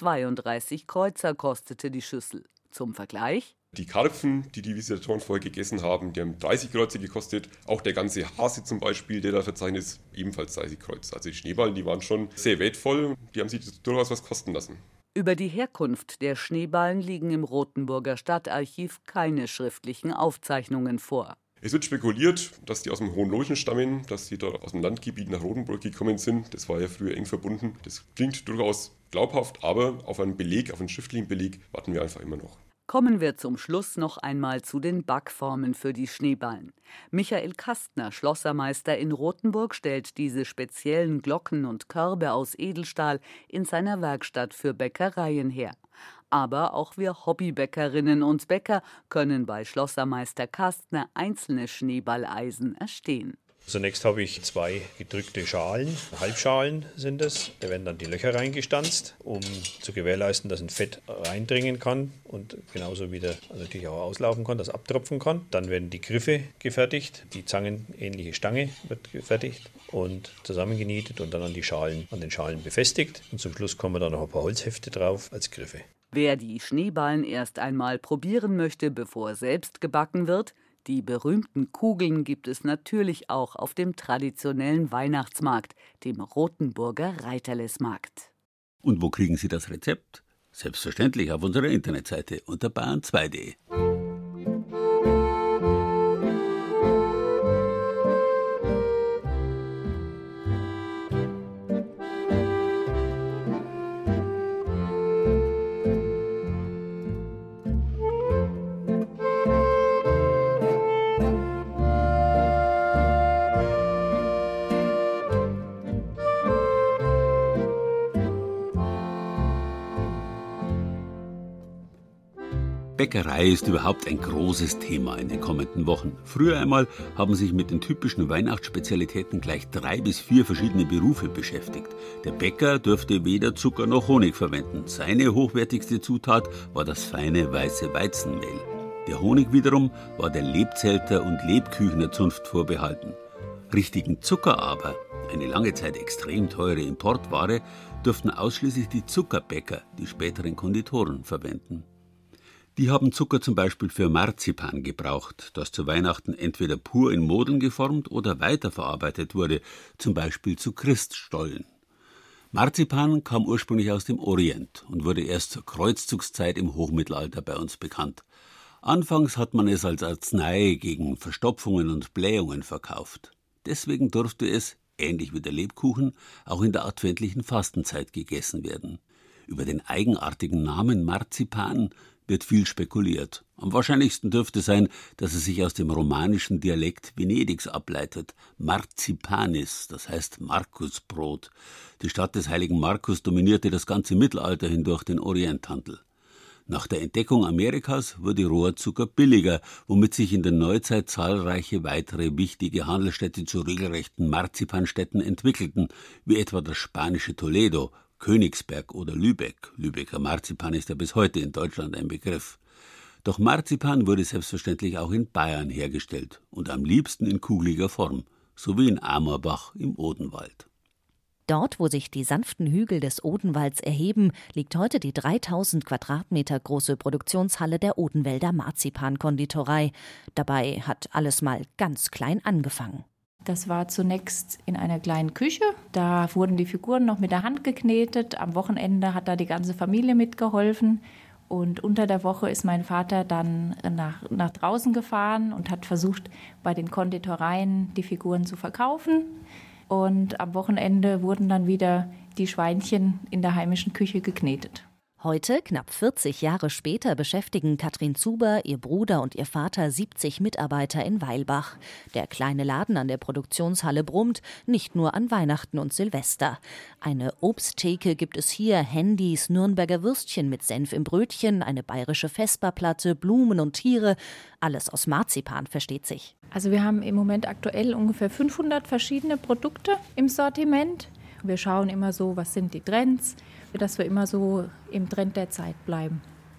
32 Kreuzer kostete die Schüssel. Zum Vergleich: Die Karpfen, die die Visitatoren vorher gegessen haben, die haben 30 Kreuzer gekostet. Auch der ganze Hase zum Beispiel, der da verzeichnet ist, ebenfalls 30 Kreuzer. Also die Schneeballen, die waren schon sehr wertvoll. Die haben sich durchaus was kosten lassen. Über die Herkunft der Schneeballen liegen im Rothenburger Stadtarchiv keine schriftlichen Aufzeichnungen vor. Es wird spekuliert, dass die aus dem Hohenlohen stammen, dass sie da aus dem Landgebiet nach Rothenburg gekommen sind. Das war ja früher eng verbunden. Das klingt durchaus glaubhaft, aber auf einen Beleg, auf einen schriftlichen Beleg warten wir einfach immer noch. Kommen wir zum Schluss noch einmal zu den Backformen für die Schneeballen. Michael Kastner, Schlossermeister in Rothenburg, stellt diese speziellen Glocken und Körbe aus Edelstahl in seiner Werkstatt für Bäckereien her. Aber auch wir Hobbybäckerinnen und Bäcker können bei Schlossermeister Kastner einzelne Schneeballeisen erstehen. Zunächst habe ich 2 gedrückte Schalen, Halbschalen sind es. Da werden dann die Löcher reingestanzt, um zu gewährleisten, dass ein Fett reindringen kann und genauso wieder natürlich auch auslaufen kann, dass abtropfen kann. Dann werden die Griffe gefertigt, die zangenähnliche Stange wird gefertigt und zusammengenietet und dann an den Schalen befestigt. Und zum Schluss kommen dann noch ein paar Holzhefte drauf als Griffe. Wer die Schneeballen erst einmal probieren möchte, bevor selbst gebacken wird, die berühmten Kugeln gibt es natürlich auch auf dem traditionellen Weihnachtsmarkt, dem Rothenburger Reiterlesmarkt. Und wo kriegen Sie das Rezept? Selbstverständlich auf unserer Internetseite unter bayern2.de. Bäckerei ist überhaupt ein großes Thema in den kommenden Wochen. Früher einmal haben sich mit den typischen Weihnachtsspezialitäten gleich 3 bis 4 verschiedene Berufe beschäftigt. Der Bäcker durfte weder Zucker noch Honig verwenden. Seine hochwertigste Zutat war das feine weiße Weizenmehl. Der Honig wiederum war der Lebzelter und Lebküchener Zunft vorbehalten. Richtigen Zucker aber, eine lange Zeit extrem teure Importware, durften ausschließlich die Zuckerbäcker, die späteren Konditoren, verwenden. Die haben Zucker zum Beispiel für Marzipan gebraucht, das zu Weihnachten entweder pur in Modeln geformt oder weiterverarbeitet wurde, zum Beispiel zu Christstollen. Marzipan kam ursprünglich aus dem Orient und wurde erst zur Kreuzzugszeit im Hochmittelalter bei uns bekannt. Anfangs hat man es als Arznei gegen Verstopfungen und Blähungen verkauft. Deswegen durfte es, ähnlich wie der Lebkuchen, auch in der adventlichen Fastenzeit gegessen werden. Über den eigenartigen Namen Marzipan wird viel spekuliert. Am wahrscheinlichsten dürfte sein, dass es sich aus dem romanischen Dialekt Venedigs ableitet. Marzipanis, das heißt Markusbrot. Die Stadt des heiligen Markus dominierte das ganze Mittelalter hindurch den Orienthandel. Nach der Entdeckung Amerikas wurde Rohrzucker billiger, womit sich in der Neuzeit zahlreiche weitere wichtige Handelsstädte zu regelrechten Marzipanstädten entwickelten, wie etwa das spanische Toledo, Königsberg oder Lübeck. Lübecker Marzipan ist ja bis heute in Deutschland ein Begriff. Doch Marzipan wurde selbstverständlich auch in Bayern hergestellt und am liebsten in kugeliger Form, so wie in Amorbach im Odenwald. Dort, wo sich die sanften Hügel des Odenwalds erheben, liegt heute die 3000 Quadratmeter große Produktionshalle der Odenwälder Marzipankonditorei. Dabei hat alles mal ganz klein angefangen. Das war zunächst in einer kleinen Küche. Da wurden die Figuren noch mit der Hand geknetet. Am Wochenende hat da die ganze Familie mitgeholfen. Und unter der Woche ist mein Vater dann nach draußen gefahren und hat versucht, bei den Konditoreien die Figuren zu verkaufen. Und am Wochenende wurden dann wieder die Schweinchen in der heimischen Küche geknetet. Heute, knapp 40 Jahre später, beschäftigen Katrin Zuber, ihr Bruder und ihr Vater 70 Mitarbeiter in Weilbach. Der kleine Laden an der Produktionshalle brummt, nicht nur an Weihnachten und Silvester. Eine Obsttheke gibt es hier, Handys, Nürnberger Würstchen mit Senf im Brötchen, eine bayerische Vesperplatte, Blumen und Tiere. Alles aus Marzipan, versteht sich. Also wir haben im Moment aktuell ungefähr 500 verschiedene Produkte im Sortiment. Wir schauen immer so, was sind die Trends, dass wir immer so im Trend der Zeit bleiben.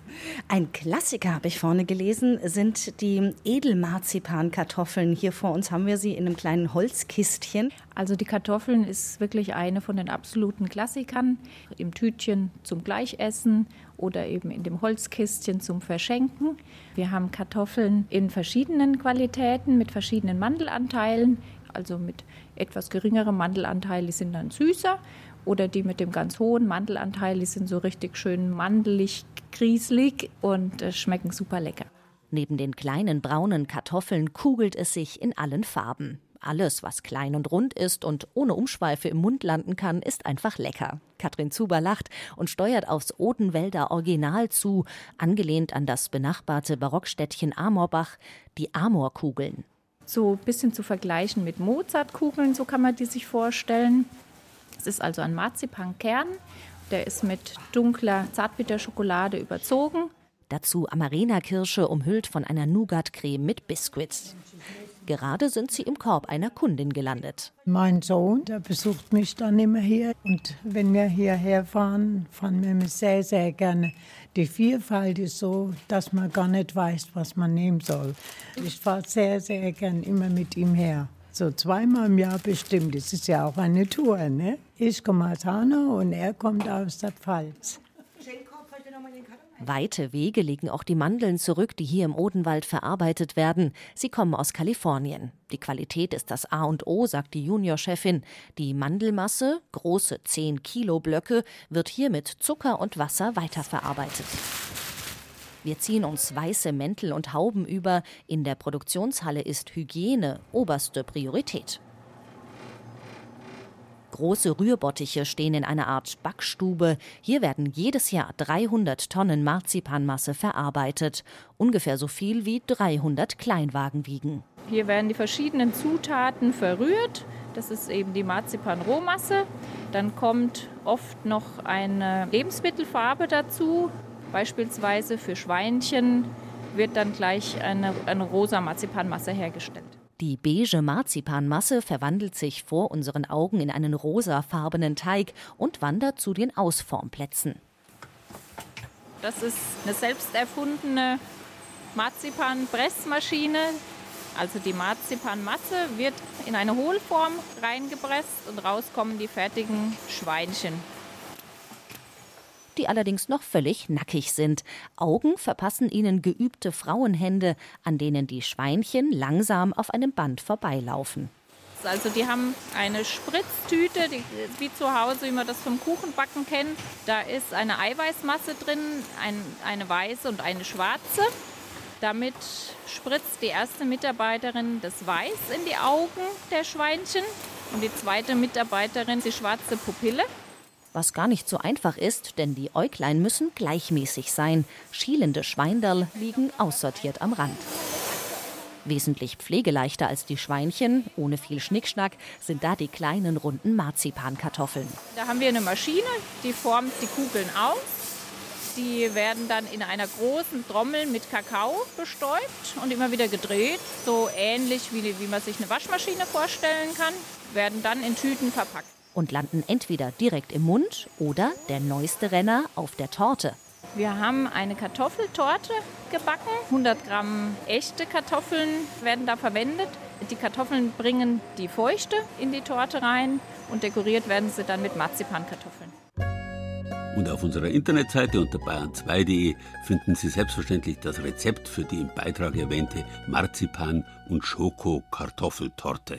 Ein Klassiker, habe ich vorne gelesen, sind die Edelmarzipankartoffeln. Hier vor uns haben wir sie in einem kleinen Holzkistchen. Also die Kartoffeln ist wirklich eine von den absoluten Klassikern. Im Tütchen zum Gleichessen oder eben in dem Holzkistchen zum Verschenken. Wir haben Kartoffeln in verschiedenen Qualitäten mit verschiedenen Mandelanteilen. Also mit etwas geringerem Mandelanteil, die sind dann süßer. Oder die mit dem ganz hohen Mandelanteil, die sind so richtig schön mandelig, grieselig und schmecken super lecker. Neben den kleinen braunen Kartoffeln kugelt es sich in allen Farben. Alles, was klein und rund ist und ohne Umschweife im Mund landen kann, ist einfach lecker. Katrin Zuber lacht und steuert aufs Odenwälder Original zu, angelehnt an das benachbarte Barockstädtchen Amorbach, die Amorkugeln. So ein bisschen zu vergleichen mit Mozartkugeln, so kann man die sich vorstellen. Es ist also ein Marzipankern, der ist mit dunkler Zartbitterschokolade überzogen. Dazu Amarena-Kirsche umhüllt von einer Nougat-Creme mit Biscuits. Gerade sind sie im Korb einer Kundin gelandet. Mein Sohn, der besucht mich dann immer hier. Und wenn wir hierher fahren, fahren wir sehr, sehr gerne. Die Vielfalt ist so, dass man gar nicht weiß, was man nehmen soll. Ich fahre sehr, sehr gern immer mit ihm her. So 2-mal im Jahr bestimmt. Das ist ja auch eine Tour, ne? Ich komme aus Hanau und er kommt aus der Pfalz. Weite Wege legen auch die Mandeln zurück, die hier im Odenwald verarbeitet werden. Sie kommen aus Kalifornien. Die Qualität ist das A und O, sagt die Juniorchefin. Die Mandelmasse, große 10-Kilo-Blöcke, wird hier mit Zucker und Wasser weiterverarbeitet. Wir ziehen uns weiße Mäntel und Hauben über. In der Produktionshalle ist Hygiene oberste Priorität. Große Rührbottiche stehen in einer Art Backstube. Hier werden jedes Jahr 300 Tonnen Marzipanmasse verarbeitet. Ungefähr so viel wie 300 Kleinwagen wiegen. Hier werden die verschiedenen Zutaten verrührt. Das ist eben die Marzipan-Rohmasse. Dann kommt oft noch eine Lebensmittelfarbe dazu. Beispielsweise für Schweinchen wird dann gleich eine rosa Marzipanmasse hergestellt. Die beige Marzipanmasse verwandelt sich vor unseren Augen in einen rosafarbenen Teig und wandert zu den Ausformplätzen. Das ist eine selbst erfundene Marzipanpressmaschine. Also die Marzipanmasse wird in eine Hohlform reingepresst und raus kommen die fertigen Schweinchen. Die allerdings noch völlig nackig sind. Augen verpassen ihnen geübte Frauenhände, an denen die Schweinchen langsam auf einem Band vorbeilaufen. Also die haben eine Spritztüte, wie zu Hause, wie man das vom Kuchenbacken kennt. Da ist eine Eiweißmasse drin, eine weiße und eine schwarze. Damit spritzt die erste Mitarbeiterin das Weiß in die Augen der Schweinchen und die zweite Mitarbeiterin die schwarze Pupille. Was gar nicht so einfach ist, denn die Äuglein müssen gleichmäßig sein. Schielende Schweinderl liegen aussortiert am Rand. Wesentlich pflegeleichter als die Schweinchen, ohne viel Schnickschnack, sind da die kleinen runden Marzipankartoffeln. Da haben wir eine Maschine, die formt die Kugeln aus. Die werden dann in einer großen Trommel mit Kakao bestäubt und immer wieder gedreht. So ähnlich wie man sich eine Waschmaschine vorstellen kann, werden dann in Tüten verpackt. Und landen entweder direkt im Mund oder, der neueste Renner, auf der Torte. Wir haben eine Kartoffeltorte gebacken. 100 Gramm echte Kartoffeln werden da verwendet. Die Kartoffeln bringen die Feuchte in die Torte rein und dekoriert werden sie dann mit Marzipankartoffeln. Und auf unserer Internetseite unter bayern2.de finden Sie selbstverständlich das Rezept für die im Beitrag erwähnte Marzipan- und Schoko-Kartoffeltorte.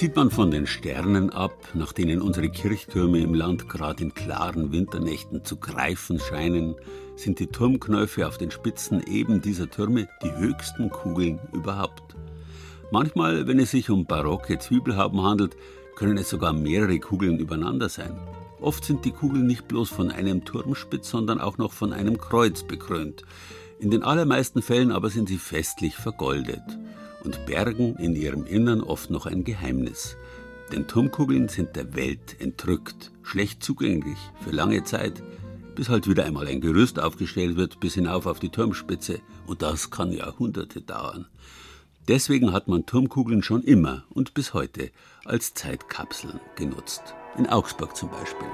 Sieht man von den Sternen ab, nach denen unsere Kirchtürme im Land gerade in klaren Winternächten zu greifen scheinen, sind die Turmknäufe auf den Spitzen eben dieser Türme die höchsten Kugeln überhaupt. Manchmal, wenn es sich um barocke Zwiebelhauben handelt, können es sogar mehrere Kugeln übereinander sein. Oft sind die Kugeln nicht bloß von einem Turmspitz, sondern auch noch von einem Kreuz bekrönt. In den allermeisten Fällen aber sind sie festlich vergoldet und bergen in ihrem Innern oft noch ein Geheimnis. Denn Turmkugeln sind der Welt entrückt, schlecht zugänglich für lange Zeit, bis halt wieder einmal ein Gerüst aufgestellt wird bis hinauf auf die Turmspitze. Und das kann Jahrhunderte dauern. Deswegen hat man Turmkugeln schon immer und bis heute als Zeitkapseln genutzt. In Augsburg zum Beispiel.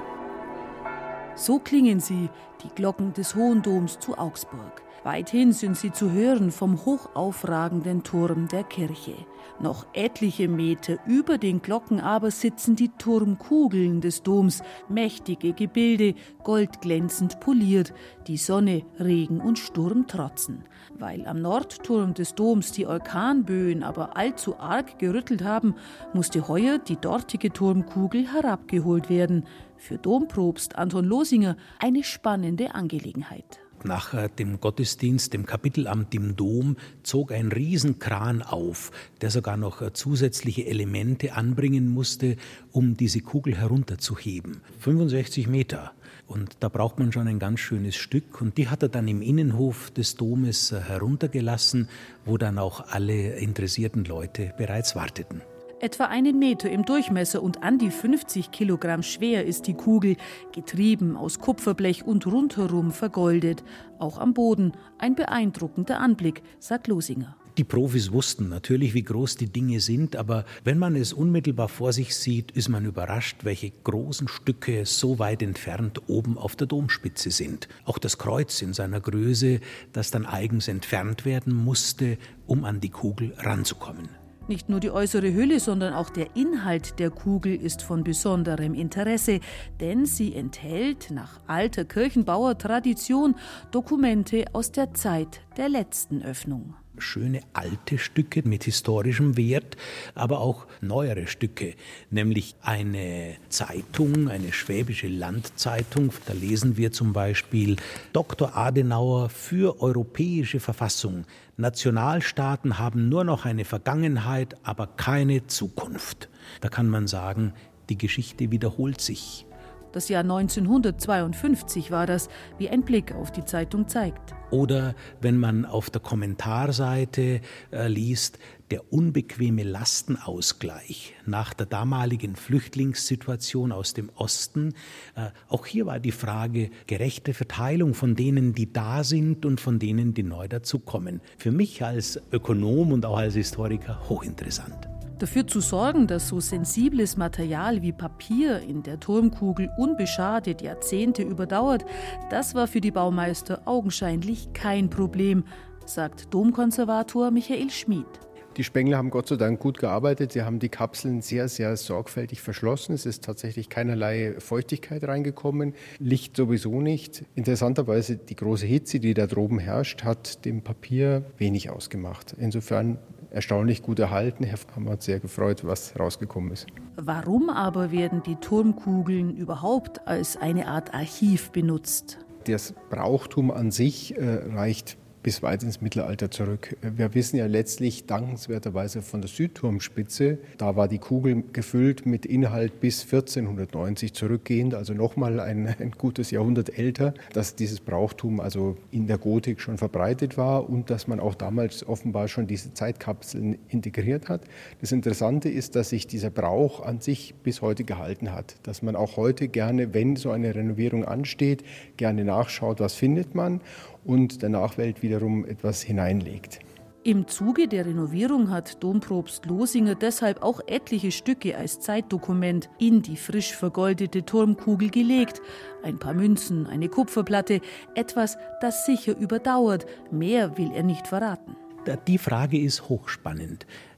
So klingen sie, die Glocken des Hohen Doms zu Augsburg. Weithin sind sie zu hören vom hochaufragenden Turm der Kirche. Noch etliche Meter über den Glocken aber sitzen die Turmkugeln des Doms, mächtige Gebilde, goldglänzend poliert, die Sonne, Regen und Sturm trotzen. Weil am Nordturm des Doms die Orkanböen aber allzu arg gerüttelt haben, musste heuer die dortige Turmkugel herabgeholt werden. Für Dompropst Anton Losinger eine spannende Angelegenheit. Nach dem Gottesdienst, dem Kapitelamt im Dom, zog ein Riesenkran auf, der sogar noch zusätzliche Elemente anbringen musste, um diese Kugel herunterzuheben. 65 Meter. Und da braucht man schon ein ganz schönes Stück. Und die hat er dann im Innenhof des Domes heruntergelassen, wo dann auch alle interessierten Leute bereits warteten. Etwa 1 Meter im Durchmesser und an die 50 Kilogramm schwer ist die Kugel, getrieben aus Kupferblech und rundherum vergoldet. Auch am Boden ein beeindruckender Anblick, sagt Losinger. Die Profis wussten natürlich, wie groß die Dinge sind, aber wenn man es unmittelbar vor sich sieht, ist man überrascht, welche großen Stücke so weit entfernt oben auf der Domspitze sind. Auch das Kreuz in seiner Größe, das dann eigens entfernt werden musste, um an die Kugel ranzukommen. Nicht nur die äußere Hülle, sondern auch der Inhalt der Kugel ist von besonderem Interesse, denn sie enthält nach alter Kirchenbauertradition Dokumente aus der Zeit der letzten Öffnung. Schöne alte Stücke mit historischem Wert, aber auch neuere Stücke, nämlich eine Zeitung, eine schwäbische Landzeitung. Da lesen wir zum Beispiel: Dr. Adenauer für europäische Verfassung. Nationalstaaten haben nur noch eine Vergangenheit, aber keine Zukunft. Da kann man sagen, die Geschichte wiederholt sich. Das Jahr 1952 war das, wie ein Blick auf die Zeitung zeigt. Oder wenn man auf der Kommentarseite liest, der unbequeme Lastenausgleich nach der damaligen Flüchtlingssituation aus dem Osten. Auch hier war die Frage gerechte Verteilung von denen, die da sind und von denen, die neu dazukommen. Für mich als Ökonom und auch als Historiker hochinteressant. Dafür zu sorgen, dass so sensibles Material wie Papier in der Turmkugel unbeschadet Jahrzehnte überdauert, das war für die Baumeister augenscheinlich kein Problem, sagt Domkonservator Michael Schmid. Die Spengler haben Gott sei Dank gut gearbeitet. Sie haben die Kapseln sehr, sehr sorgfältig verschlossen. Es ist tatsächlich keinerlei Feuchtigkeit reingekommen, Licht sowieso nicht. Interessanterweise die große Hitze, die da droben herrscht, hat dem Papier wenig ausgemacht. Insofern erstaunlich gut erhalten. Herr Hammer hat sehr gefreut, was rausgekommen ist. Warum aber werden die Turmkugeln überhaupt als eine Art Archiv benutzt? Das Brauchtum an sich reicht bis weit ins Mittelalter zurück. Wir wissen ja letztlich dankenswerterweise von der Südturmspitze, da war die Kugel gefüllt mit Inhalt bis 1490 zurückgehend, also nochmal ein gutes Jahrhundert älter, dass dieses Brauchtum also in der Gotik schon verbreitet war und dass man auch damals offenbar schon diese Zeitkapseln integriert hat. Das Interessante ist, dass sich dieser Brauch an sich bis heute gehalten hat, dass man auch heute gerne, wenn so eine Renovierung ansteht, gerne nachschaut, was findet man, und der Nachwelt wiederum etwas hineinlegt. Im Zuge der Renovierung hat Dompropst Losinger deshalb auch etliche Stücke als Zeitdokument in die frisch vergoldete Turmkugel gelegt. Ein paar Münzen, eine Kupferplatte, etwas, das sicher überdauert. Mehr will er nicht verraten. Die Frage ist hochspannend.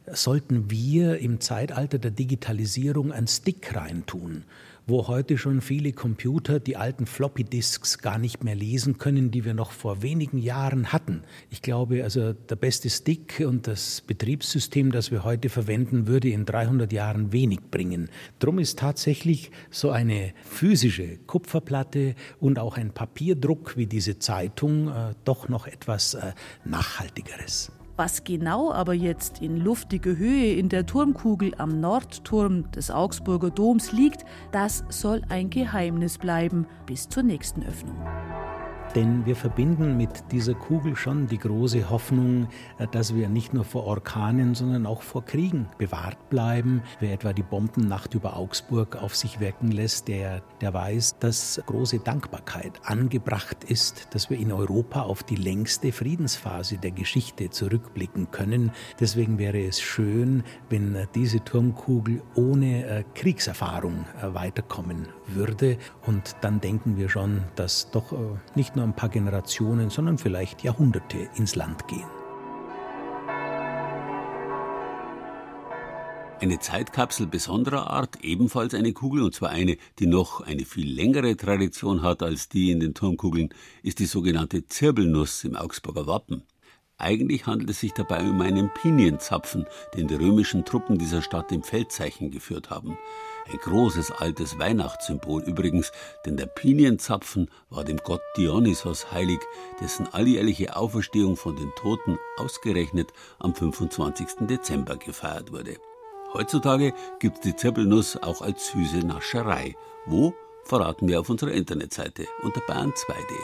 sollten wir im Zeitalter der Digitalisierung einen Stick reintun, wo heute schon viele Computer die alten Floppy-Disks gar nicht mehr lesen können, die wir noch vor wenigen Jahren hatten. Ich glaube, also der beste Stick und das Betriebssystem, das wir heute verwenden, würde in 300 Jahren wenig bringen. Drum ist tatsächlich so eine physische Kupferplatte und auch ein Papierdruck wie diese Zeitung doch noch etwas Nachhaltigeres. Was genau aber jetzt in luftiger Höhe in der Turmkugel am Nordturm des Augsburger Doms liegt, das soll ein Geheimnis bleiben bis zur nächsten Öffnung. Denn wir verbinden mit dieser Kugel schon die große Hoffnung, dass wir nicht nur vor Orkanen, sondern auch vor Kriegen bewahrt bleiben. Wer etwa die Bombennacht über Augsburg auf sich wirken lässt, der weiß, dass große Dankbarkeit angebracht ist, dass wir in Europa auf die längste Friedensphase der Geschichte zurückblicken können. Deswegen wäre es schön, wenn diese Turmkugel ohne Kriegserfahrung weiterkommen würde. Und dann denken wir schon, dass doch nicht nur ein paar Generationen, sondern vielleicht Jahrhunderte ins Land gehen. Eine Zeitkapsel besonderer Art, ebenfalls eine Kugel, und zwar eine, die noch eine viel längere Tradition hat als die in den Turmkugeln, ist die sogenannte Zirbelnuss im Augsburger Wappen. Eigentlich handelt es sich dabei um einen Pinienzapfen, den die römischen Truppen dieser Stadt im Feldzeichen geführt haben. Ein großes altes Weihnachtssymbol übrigens, denn der Pinienzapfen war dem Gott Dionysos heilig, dessen alljährliche Auferstehung von den Toten ausgerechnet am 25. Dezember gefeiert wurde. Heutzutage gibt es die Zirbelnuss auch als süße Nascherei. Wo? Verraten wir auf unserer Internetseite unter bayern2.de.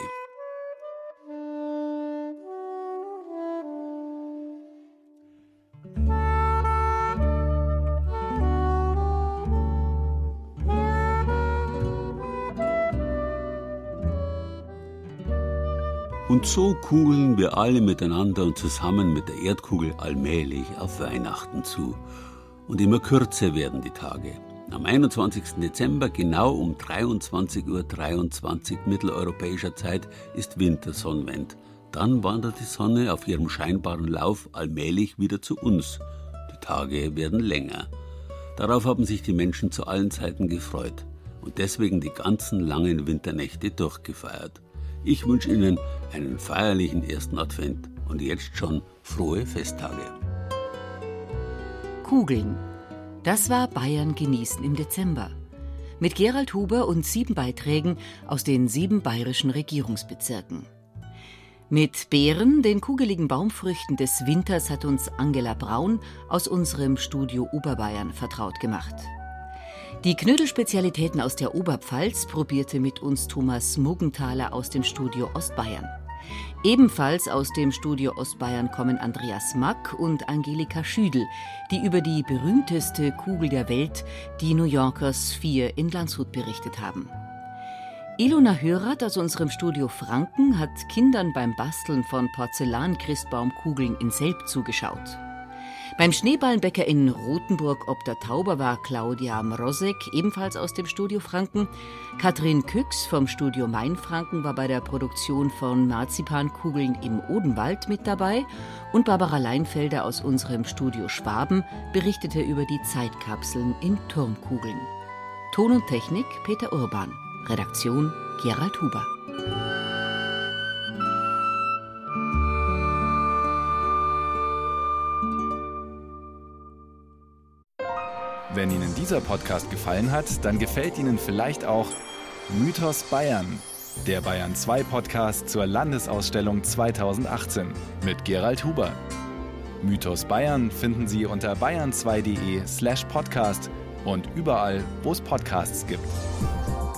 Und so kugeln wir alle miteinander und zusammen mit der Erdkugel allmählich auf Weihnachten zu. Und immer kürzer werden die Tage. Am 21. Dezember, genau um 23:23 Uhr mitteleuropäischer Zeit, ist Wintersonnenwend. Dann wandert die Sonne auf ihrem scheinbaren Lauf allmählich wieder zu uns. Die Tage werden länger. Darauf haben sich die Menschen zu allen Zeiten gefreut und deswegen die ganzen langen Winternächte durchgefeiert. Ich wünsche Ihnen einen feierlichen ersten Advent und jetzt schon frohe Festtage. Kugeln. Das war Bayern genießen im Dezember. Mit Gerald Huber und 7 Beiträgen aus den 7 bayerischen Regierungsbezirken. Mit Beeren, den kugeligen Baumfrüchten des Winters, hat uns Angela Braun aus unserem Studio Oberbayern vertraut gemacht. Die Knödelspezialitäten aus der Oberpfalz probierte mit uns Thomas Muggenthaler aus dem Studio Ostbayern. Ebenfalls aus dem Studio Ostbayern kommen Andreas Mack und Angelika Schüdel, die über die berühmteste Kugel der Welt, die New Yorkers 4 in Landshut, berichtet haben. Ilona Hörath aus unserem Studio Franken hat Kindern beim Basteln von Porzellan-Christbaumkugeln in Selb zugeschaut. Beim Schneeballenbäcker in Rothenburg ob der Tauber war Claudia Mrozek, ebenfalls aus dem Studio Franken. Katrin Küchs vom Studio Mainfranken war bei der Produktion von Marzipankugeln im Odenwald mit dabei. Und Barbara Leinfelder aus unserem Studio Schwaben berichtete über die Zeitkapseln in Turmkugeln. Ton und Technik Peter Urban. Redaktion Gerald Huber. Wenn Ihnen dieser Podcast gefallen hat, dann gefällt Ihnen vielleicht auch Mythos Bayern, der Bayern 2 Podcast zur Landesausstellung 2018 mit Gerald Huber. Mythos Bayern finden Sie unter bayern2.de/podcast und überall, wo es Podcasts gibt.